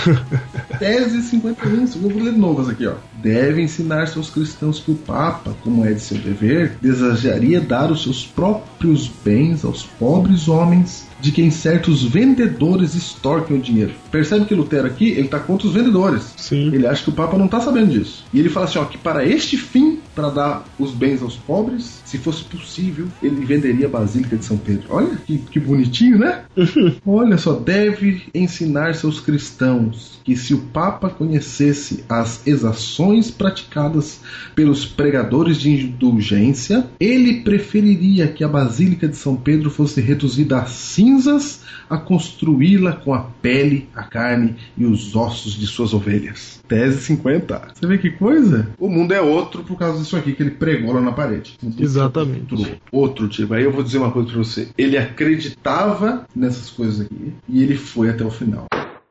Tese 51, eu vou ler de novo aqui, ó. Deve ensinar-se aos cristãos que o Papa, como é de seu dever, desejaria dar os seus próprios bens aos pobres homens de quem certos vendedores extorquem o dinheiro. Percebe que Lutero aqui, ele está contra os vendedores. Sim. Ele acha que o Papa não está sabendo disso. E ele fala assim, ó, que para este fim, para dar os bens aos pobres, se fosse possível, ele venderia a Basílica de São Pedro. Olha que bonitinho, né? Olha só, deve ensinar-se aos cristãos que se o Papa conhecesse as exações praticadas pelos pregadores de indulgência, ele preferiria que a Basílica de São Pedro fosse reduzida a cinzas a construí-la com a pele, a carne e os ossos de suas ovelhas. Tese 50. Você vê que coisa? O mundo é outro por causa disso aqui que ele pregou lá na parede. Exatamente. Outro tipo. Aí eu vou dizer uma coisa pra você. Ele acreditava nessas coisas aqui e ele foi até o final.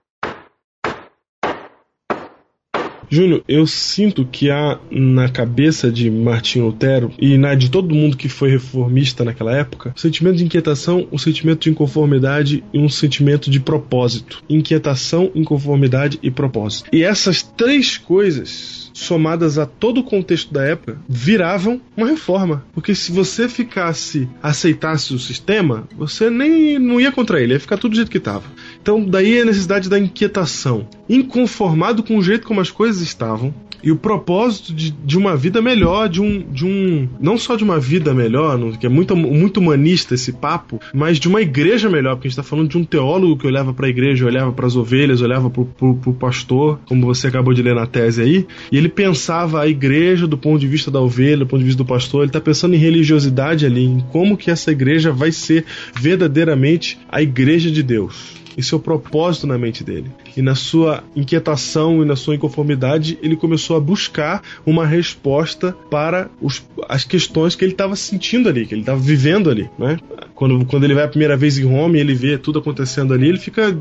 Júnior, eu sinto que há na cabeça de Martinho Lutero e de todo mundo que foi reformista naquela época, um sentimento de inquietação, um sentimento de inconformidade e um sentimento de propósito. Inquietação, inconformidade e propósito. E essas três coisas, somadas a todo o contexto da época, viravam uma reforma. Porque se você aceitasse o sistema, você não ia contra ele, ia ficar tudo do jeito que estava. Então daí a necessidade da inquietação. Inconformado com o jeito como as coisas estavam, e o propósito de uma vida melhor, não só de uma vida melhor, que é muito humanista esse papo, mas de uma igreja melhor, porque a gente está falando de um teólogo que olhava para a igreja, olhava para as ovelhas, olhava pro pastor, como você acabou de ler na tese aí, e ele pensava a igreja do ponto de vista da ovelha, do ponto de vista do pastor, ele está pensando em religiosidade ali, em como que essa igreja vai ser verdadeiramente a igreja de Deus. Esse é o propósito na mente dele. E na sua inquietação e na sua inconformidade, ele começou a buscar uma resposta para as questões que ele estava sentindo ali, que ele estava vivendo ali, né? Quando ele vai a primeira vez em Roma e ele vê tudo acontecendo ali, ele fica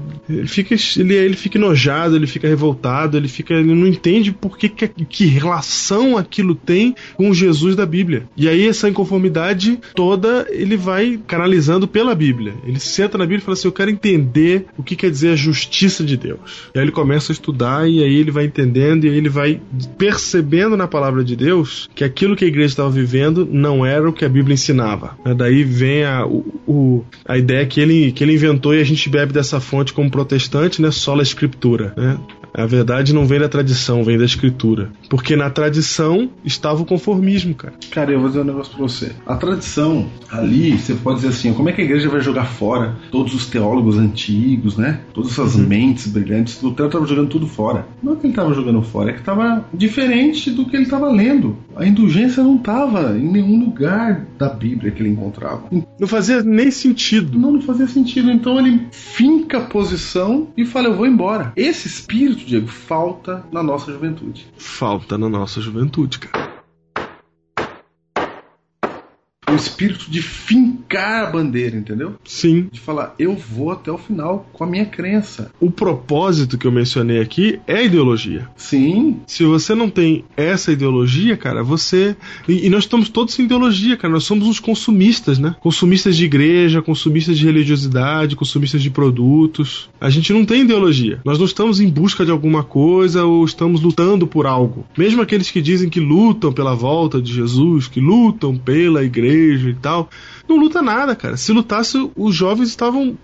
enojado, ele fica revoltado, ele não entende por que relação aquilo tem com o Jesus da Bíblia. E aí essa inconformidade toda ele vai canalizando pela Bíblia. Ele senta na Bíblia e fala assim, eu quero entender o que quer dizer a justiça de Deus. E aí ele começa a estudar e aí ele vai entendendo e aí ele vai percebendo na palavra de Deus que aquilo que a igreja estava vivendo não era o que a Bíblia ensinava. Daí vem a ideia que ele inventou e a gente bebe dessa fonte como protestante, né? Sola Escritura, né? A verdade não vem da tradição, vem da escritura. Porque na tradição estava o conformismo, cara. Cara, eu vou dizer um negócio pra você. A tradição, ali, você pode dizer assim, como é que a igreja vai jogar fora todos os teólogos antigos, né? Todas essas mentes brilhantes. O Lutero estava jogando tudo fora. Não é que ele estava jogando fora, é que estava diferente do que ele estava lendo. A indulgência não estava em nenhum lugar da Bíblia que ele encontrava. Não fazia nem sentido. Não fazia sentido. Então ele finca a posição e fala, eu vou embora. Esse espírito, Diego, falta na nossa juventude. Falta na nossa juventude, cara. o espírito de fincar a bandeira, entendeu? Sim. De falar, eu vou até o final com a minha crença. O propósito que eu mencionei aqui é a ideologia. Sim. Se você não tem essa ideologia, cara, você... E nós estamos todos sem ideologia, cara. Nós somos uns consumistas, né? Consumistas de igreja, consumistas de religiosidade, consumistas de produtos. A gente não tem ideologia. Nós não estamos em busca de alguma coisa ou estamos lutando por algo. Mesmo aqueles que dizem que lutam pela volta de Jesus, que lutam pela igreja e tal, não luta nada, cara. Se lutasse, os jovens estavam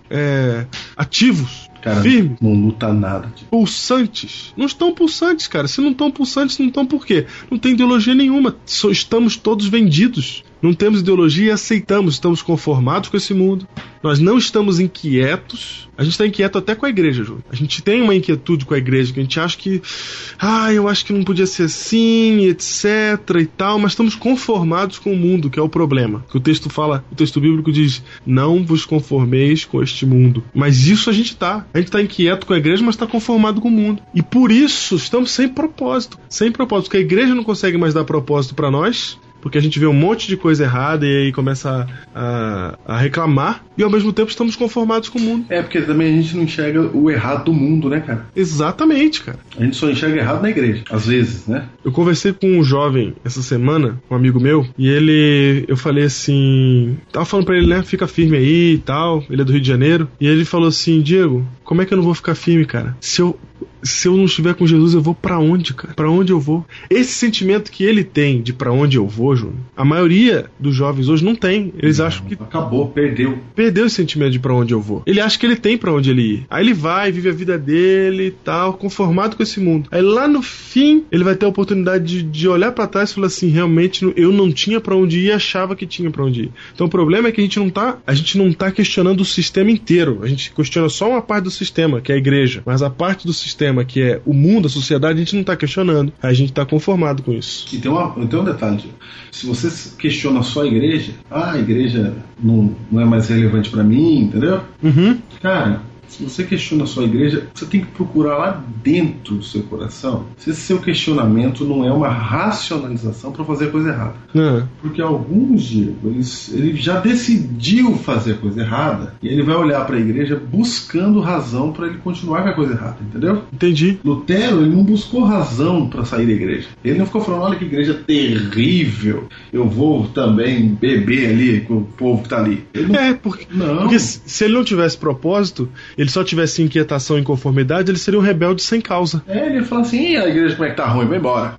ativos. Cara, firmes. Não luta nada. Tipo. Pulsantes. Não estão pulsantes, cara. Se não estão pulsantes, não estão por quê? Não tem ideologia nenhuma. Estamos todos vendidos. Não temos ideologia e aceitamos. Estamos conformados com esse mundo. Nós não estamos inquietos. A gente está inquieto até com a igreja, Júlio. A gente tem uma inquietude com a igreja, que a gente acha que... eu acho que não podia ser assim, etc e tal. Mas estamos conformados com o mundo, que é o problema. Que o texto fala, o texto bíblico diz, não vos conformeis com este mundo. Mas isso a gente está. A gente está inquieto com a igreja, mas está conformado com o mundo. E por isso estamos sem propósito. Sem propósito. Porque a igreja não consegue mais dar propósito para nós, porque a gente vê um monte de coisa errada e aí começa a reclamar, e ao mesmo tempo estamos conformados com o mundo. Porque também a gente não enxerga o errado do mundo, né, cara? Exatamente, cara. A gente só enxerga errado na igreja, às vezes, né? Eu conversei com um jovem essa semana, um amigo meu, e eu falei assim, tava falando pra ele, né, fica firme aí e tal, ele é do Rio de Janeiro, e ele falou assim, Diego, como é que eu não vou ficar firme, cara? Se eu não estiver com Jesus, eu vou pra onde, cara? Pra onde eu vou? Esse sentimento que ele tem de pra onde eu vou, Júnior, a maioria dos jovens hoje não tem. Eles acham que... Acabou, perdeu. Perdeu esse sentimento de pra onde eu vou. Ele acha que ele tem pra onde ele ir. Aí ele vai, vive a vida dele e tal, conformado com esse mundo. Aí lá no fim, ele vai ter a oportunidade de olhar pra trás e falar assim, realmente eu não tinha pra onde ir e achava que tinha pra onde ir. Então o problema é que a gente não tá questionando o sistema inteiro. A gente questiona só uma parte do sistema, que é a igreja. Mas a parte do sistema que é o mundo, a sociedade, a gente não está questionando. A gente está conformado com isso. E tem um detalhe. Se você questiona só a igreja não é mais relevante para mim, entendeu? Uhum. Cara, se você questiona a sua igreja, você tem que procurar lá dentro do seu coração se esse seu questionamento não é uma racionalização para fazer a coisa errada. Porque alguns, Diego, ele já decidiu fazer a coisa errada e ele vai olhar para a igreja buscando razão para ele continuar com a coisa errada, entendeu? Entendi. Lutero, ele não buscou razão para sair da igreja. Ele não ficou falando, olha que igreja terrível, eu vou também beber ali com o povo que tá ali. Porque se ele não tivesse propósito, ele só tivesse inquietação e inconformidade, ele seria um rebelde sem causa. Ele ia falar assim, a igreja como é que tá ruim, vai embora.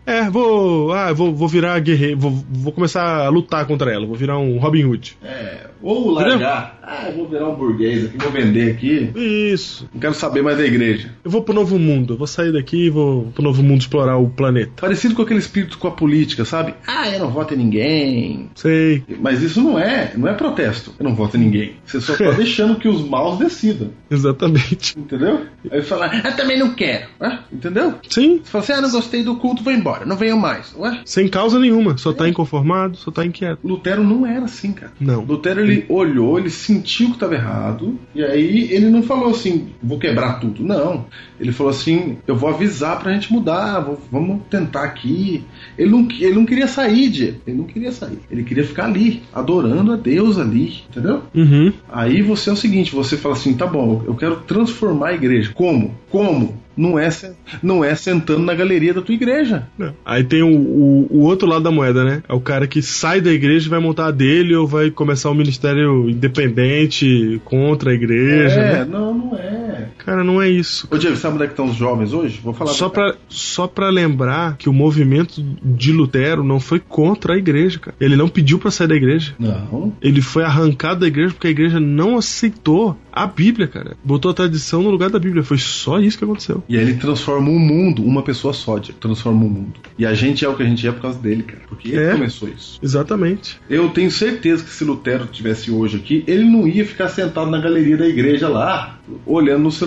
Vou virar guerreiro, vou começar a lutar contra ela, vou virar um Robin Hood. Ou largar, vou virar um burguês aqui, vou vender aqui. Isso. Não quero saber mais da igreja. Eu vou pro novo mundo, eu vou sair daqui e vou pro novo mundo explorar o planeta. Parecido com aquele espírito com a política, sabe? Eu não voto em ninguém. Sei. Mas isso não é protesto. Eu não voto em ninguém. Você só tá deixando que os maus decidam. Exatamente. Entendeu? Aí fala, também não quero. Entendeu? Sim. Você fala assim, não gostei do culto, vou embora, não venho mais. Sem causa nenhuma, só tá inconformado, só tá inquieto. Lutero não era assim, cara. Não. Lutero, ele olhou, ele sentiu que estava errado, e aí ele não falou assim, vou quebrar tudo. Não. Ele falou assim, eu vou avisar pra gente mudar, vamos tentar aqui. Ele não queria sair, Diego. Ele não queria sair. Ele queria ficar ali, adorando a Deus ali, entendeu? Uhum. Aí você é o seguinte, você fala assim, tá bom, eu quero transformar a igreja. Como? Não é sentando na galeria da tua igreja. Não. Aí tem o outro lado da moeda, né? É o cara que sai da igreja e vai montar a dele ou vai começar um ministério independente contra a igreja. Né? Não é. Cara, não é isso. Ô Diego, sabe onde é que estão os jovens hoje? Vou falar só pra lembrar que o movimento de Lutero não foi contra a igreja, cara. Ele não pediu pra sair da igreja. Não. Ele foi arrancado da igreja porque a igreja não aceitou a Bíblia, cara. Botou a tradição no lugar da Bíblia. Foi só isso que aconteceu. E aí ele transforma o mundo, uma pessoa só, transforma o mundo. E a gente é o que a gente é por causa dele, cara. Porque ele começou isso. Exatamente. Eu tenho certeza que se Lutero estivesse hoje aqui, ele não ia ficar sentado na galeria da igreja lá, olhando no celular.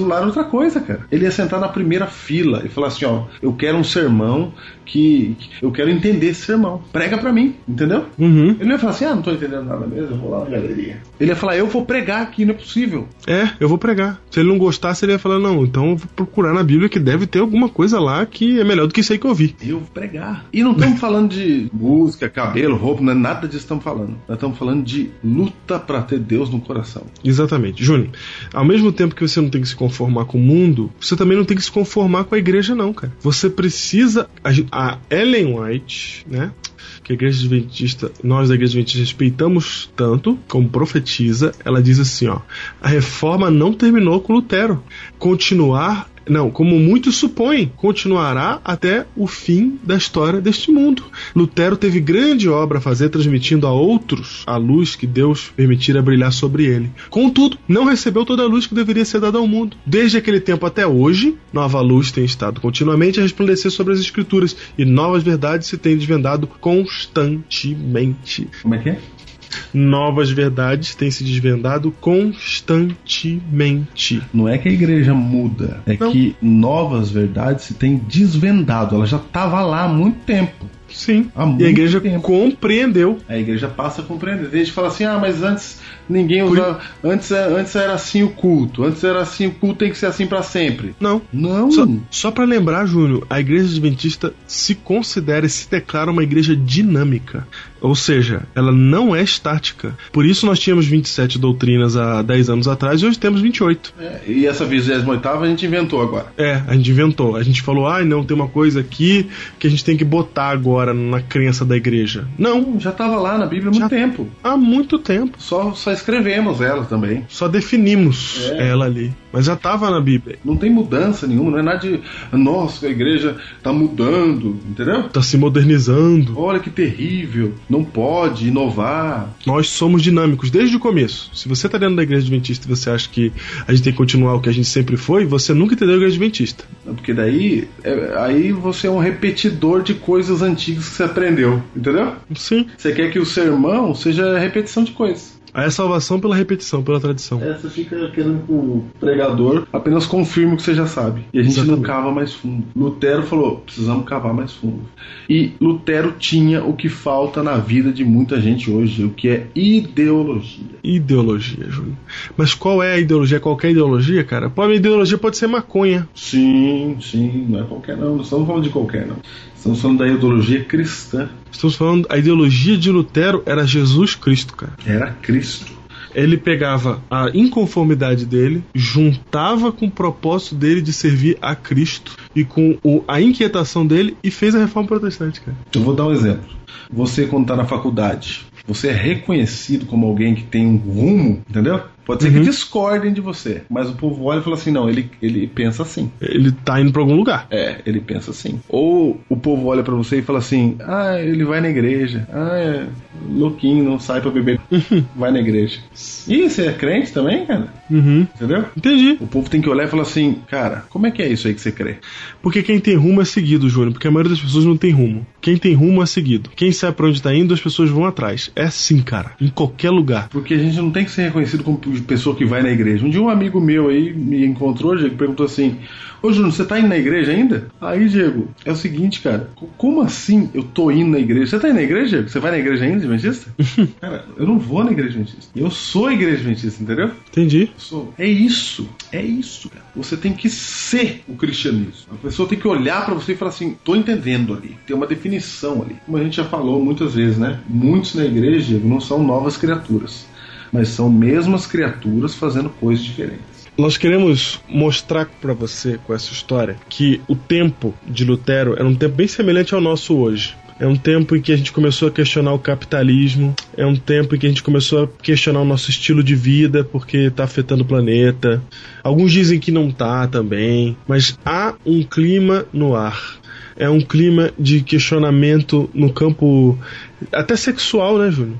celular era outra coisa, cara. Ele ia sentar na primeira fila e falar assim, ó, eu quero um sermão que eu quero entender esse sermão. Prega pra mim, entendeu? Ele não ia falar assim, não tô entendendo nada mesmo, eu vou lá na galeria. Ele ia falar, eu vou pregar aqui, não é possível. Eu vou pregar. Se ele não gostasse, ele ia falar, não, então eu vou procurar na Bíblia que deve ter alguma coisa lá que é melhor do que isso aí que eu vi. Eu vou pregar. E não estamos falando de música, cabelo, roupa, não é nada disso que estamos falando. Nós estamos falando de luta pra ter Deus no coração. Exatamente. Júnior, ao mesmo tempo que você não tem que se conformar com o mundo, você também não tem que se conformar com a igreja, não, cara. Você precisa... A Ellen White, né? Que a Igreja Adventista, nós da Igreja Adventista respeitamos tanto, como profetiza, ela diz assim, ó, a reforma não terminou com Lutero. Como muitos supõem, continuará até o fim da história deste mundo. Lutero teve grande obra a fazer, transmitindo a outros a luz que Deus permitira brilhar sobre ele. Contudo, não recebeu toda a luz que deveria ser dada ao mundo. Desde aquele tempo até hoje, nova luz tem estado continuamente a resplandecer sobre as Escrituras, e novas verdades se têm desvendado constantemente. Como é que é? Novas verdades têm se desvendado constantemente. Não é que a igreja muda, que novas verdades se têm desvendado. Ela já estava lá há muito tempo. Sim, e a igreja compreendeu. A igreja passa a compreender. A gente fala assim, mas antes ninguém usava. Antes era assim o culto. Antes era assim, o culto tem que ser assim pra sempre. Não. Só pra lembrar, Júnior, a Igreja Adventista se considera e se declara uma igreja dinâmica. Ou seja, ela não é estática. Por isso nós tínhamos 27 doutrinas há 10 anos atrás e hoje temos 28. E essa 28ª a gente inventou agora. A gente inventou. A gente falou, não, tem uma coisa aqui que a gente tem que botar agora na crença da igreja. Não. Já estava lá na Bíblia há muito tempo. Há muito tempo. Só escrevemos ela também. Só definimos ela ali. Mas já estava na Bíblia. Não tem mudança nenhuma, não é nada de... Nossa, a igreja está mudando, entendeu? Está se modernizando. Olha que terrível. Não pode inovar. Nós somos dinâmicos desde o começo. Se você está dentro da Igreja Adventista e você acha que a gente tem que continuar o que a gente sempre foi, você nunca entendeu a Igreja Adventista. Porque daí aí você é um repetidor de coisas antigas que você aprendeu, entendeu? Sim. Você quer que o sermão seja repetição de coisas. Aí é salvação pela repetição, pela tradição. Você fica querendo que o pregador apenas confirme o que você já sabe. E a gente não cava mais fundo. Lutero falou, precisamos cavar mais fundo. E Lutero tinha o que falta na vida de muita gente hoje, o que é ideologia. Ideologia, Júlio. Mas qual é a ideologia? Qualquer ideologia, cara? A minha ideologia pode ser maconha. Sim, não é qualquer não. Não estamos falando de qualquer não. Estamos falando da ideologia cristã. Estamos falando, a ideologia de Lutero era Jesus Cristo, cara. Era Cristo. Ele pegava a inconformidade dele, juntava com o propósito dele de servir a Cristo e com a inquietação dele e fez a reforma protestante, cara. Eu vou dar um exemplo. Você, quando está na faculdade, você é reconhecido como alguém que tem um rumo, entendeu? Pode ser que discordem de você, mas o povo olha e fala assim, não, ele pensa assim. Ele tá indo pra algum lugar. Ele pensa assim. Ou o povo olha pra você e fala assim, ele vai na igreja. É louquinho, não sai pra beber. Vai na igreja. E você é crente também, cara? Entendeu? Entendi. O povo tem que olhar e falar assim, cara, como é que é isso aí que você crê? Porque quem tem rumo é seguido, Júnior. Porque a maioria das pessoas não tem rumo. Quem tem rumo é seguido. Quem sabe pra onde tá indo, as pessoas vão atrás. É assim, cara. Em qualquer lugar. Porque a gente não tem que ser reconhecido como pessoa que vai na igreja. Um dia um amigo meu aí me encontrou, Diego, perguntou assim, ô Júnior, você tá indo na igreja ainda? Aí, Diego, é o seguinte, cara, como assim eu tô indo na igreja? Você tá indo na igreja, Diego? Você vai na igreja ainda, Adventista? Cara, eu não vou na igreja Adventista. Eu sou a igreja Adventista, entendeu? Entendi. É isso, cara. Você tem que ser o cristianismo. A pessoa tem que olhar pra você e falar assim, tô entendendo ali. Tem uma definição ali. Como a gente já falou muitas vezes, né? Muitos na igreja, Diego, não são novas criaturas, mas são mesmas criaturas fazendo coisas diferentes. Nós queremos mostrar para você com essa história que o tempo de Lutero era um tempo bem semelhante ao nosso hoje. É um tempo em que a gente começou a questionar o capitalismo, é um tempo em que a gente começou a questionar o nosso estilo de vida porque está afetando o planeta. Alguns dizem que não está também, mas há um clima no ar. É um clima de questionamento no campo até sexual, né, Júnior?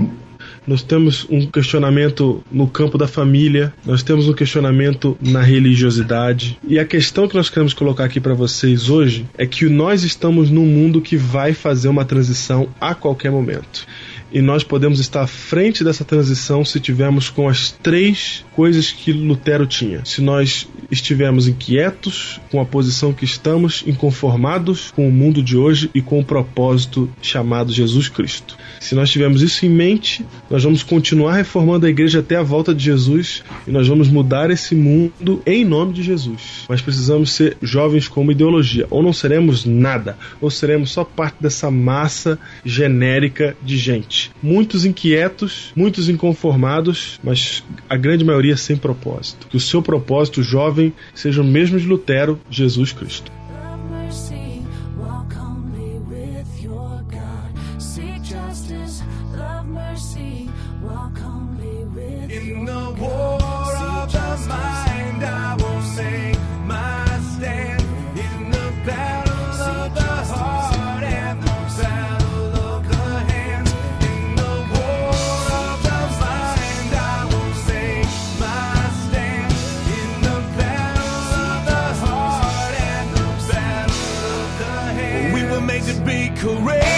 Nós temos um questionamento no campo da família, nós temos um questionamento na religiosidade. E a questão que nós queremos colocar aqui para vocês hoje é que nós estamos num mundo que vai fazer uma transição a qualquer momento. E nós podemos estar à frente dessa transição se tivermos com as 3 coisas que Lutero tinha. Se nós estivermos inquietos com a posição que estamos, inconformados com o mundo de hoje e com o propósito chamado Jesus Cristo. Se nós tivermos isso em mente, nós vamos continuar reformando a igreja até a volta de Jesus e nós vamos mudar esse mundo em nome de Jesus. Mas precisamos ser jovens com uma ideologia. Ou não seremos nada, ou seremos só parte dessa massa genérica de gente. Muitos inquietos, muitos inconformados, mas a grande maioria sem propósito. Que o seu propósito, jovem, seja o mesmo de Lutero, Jesus Cristo. Courageous.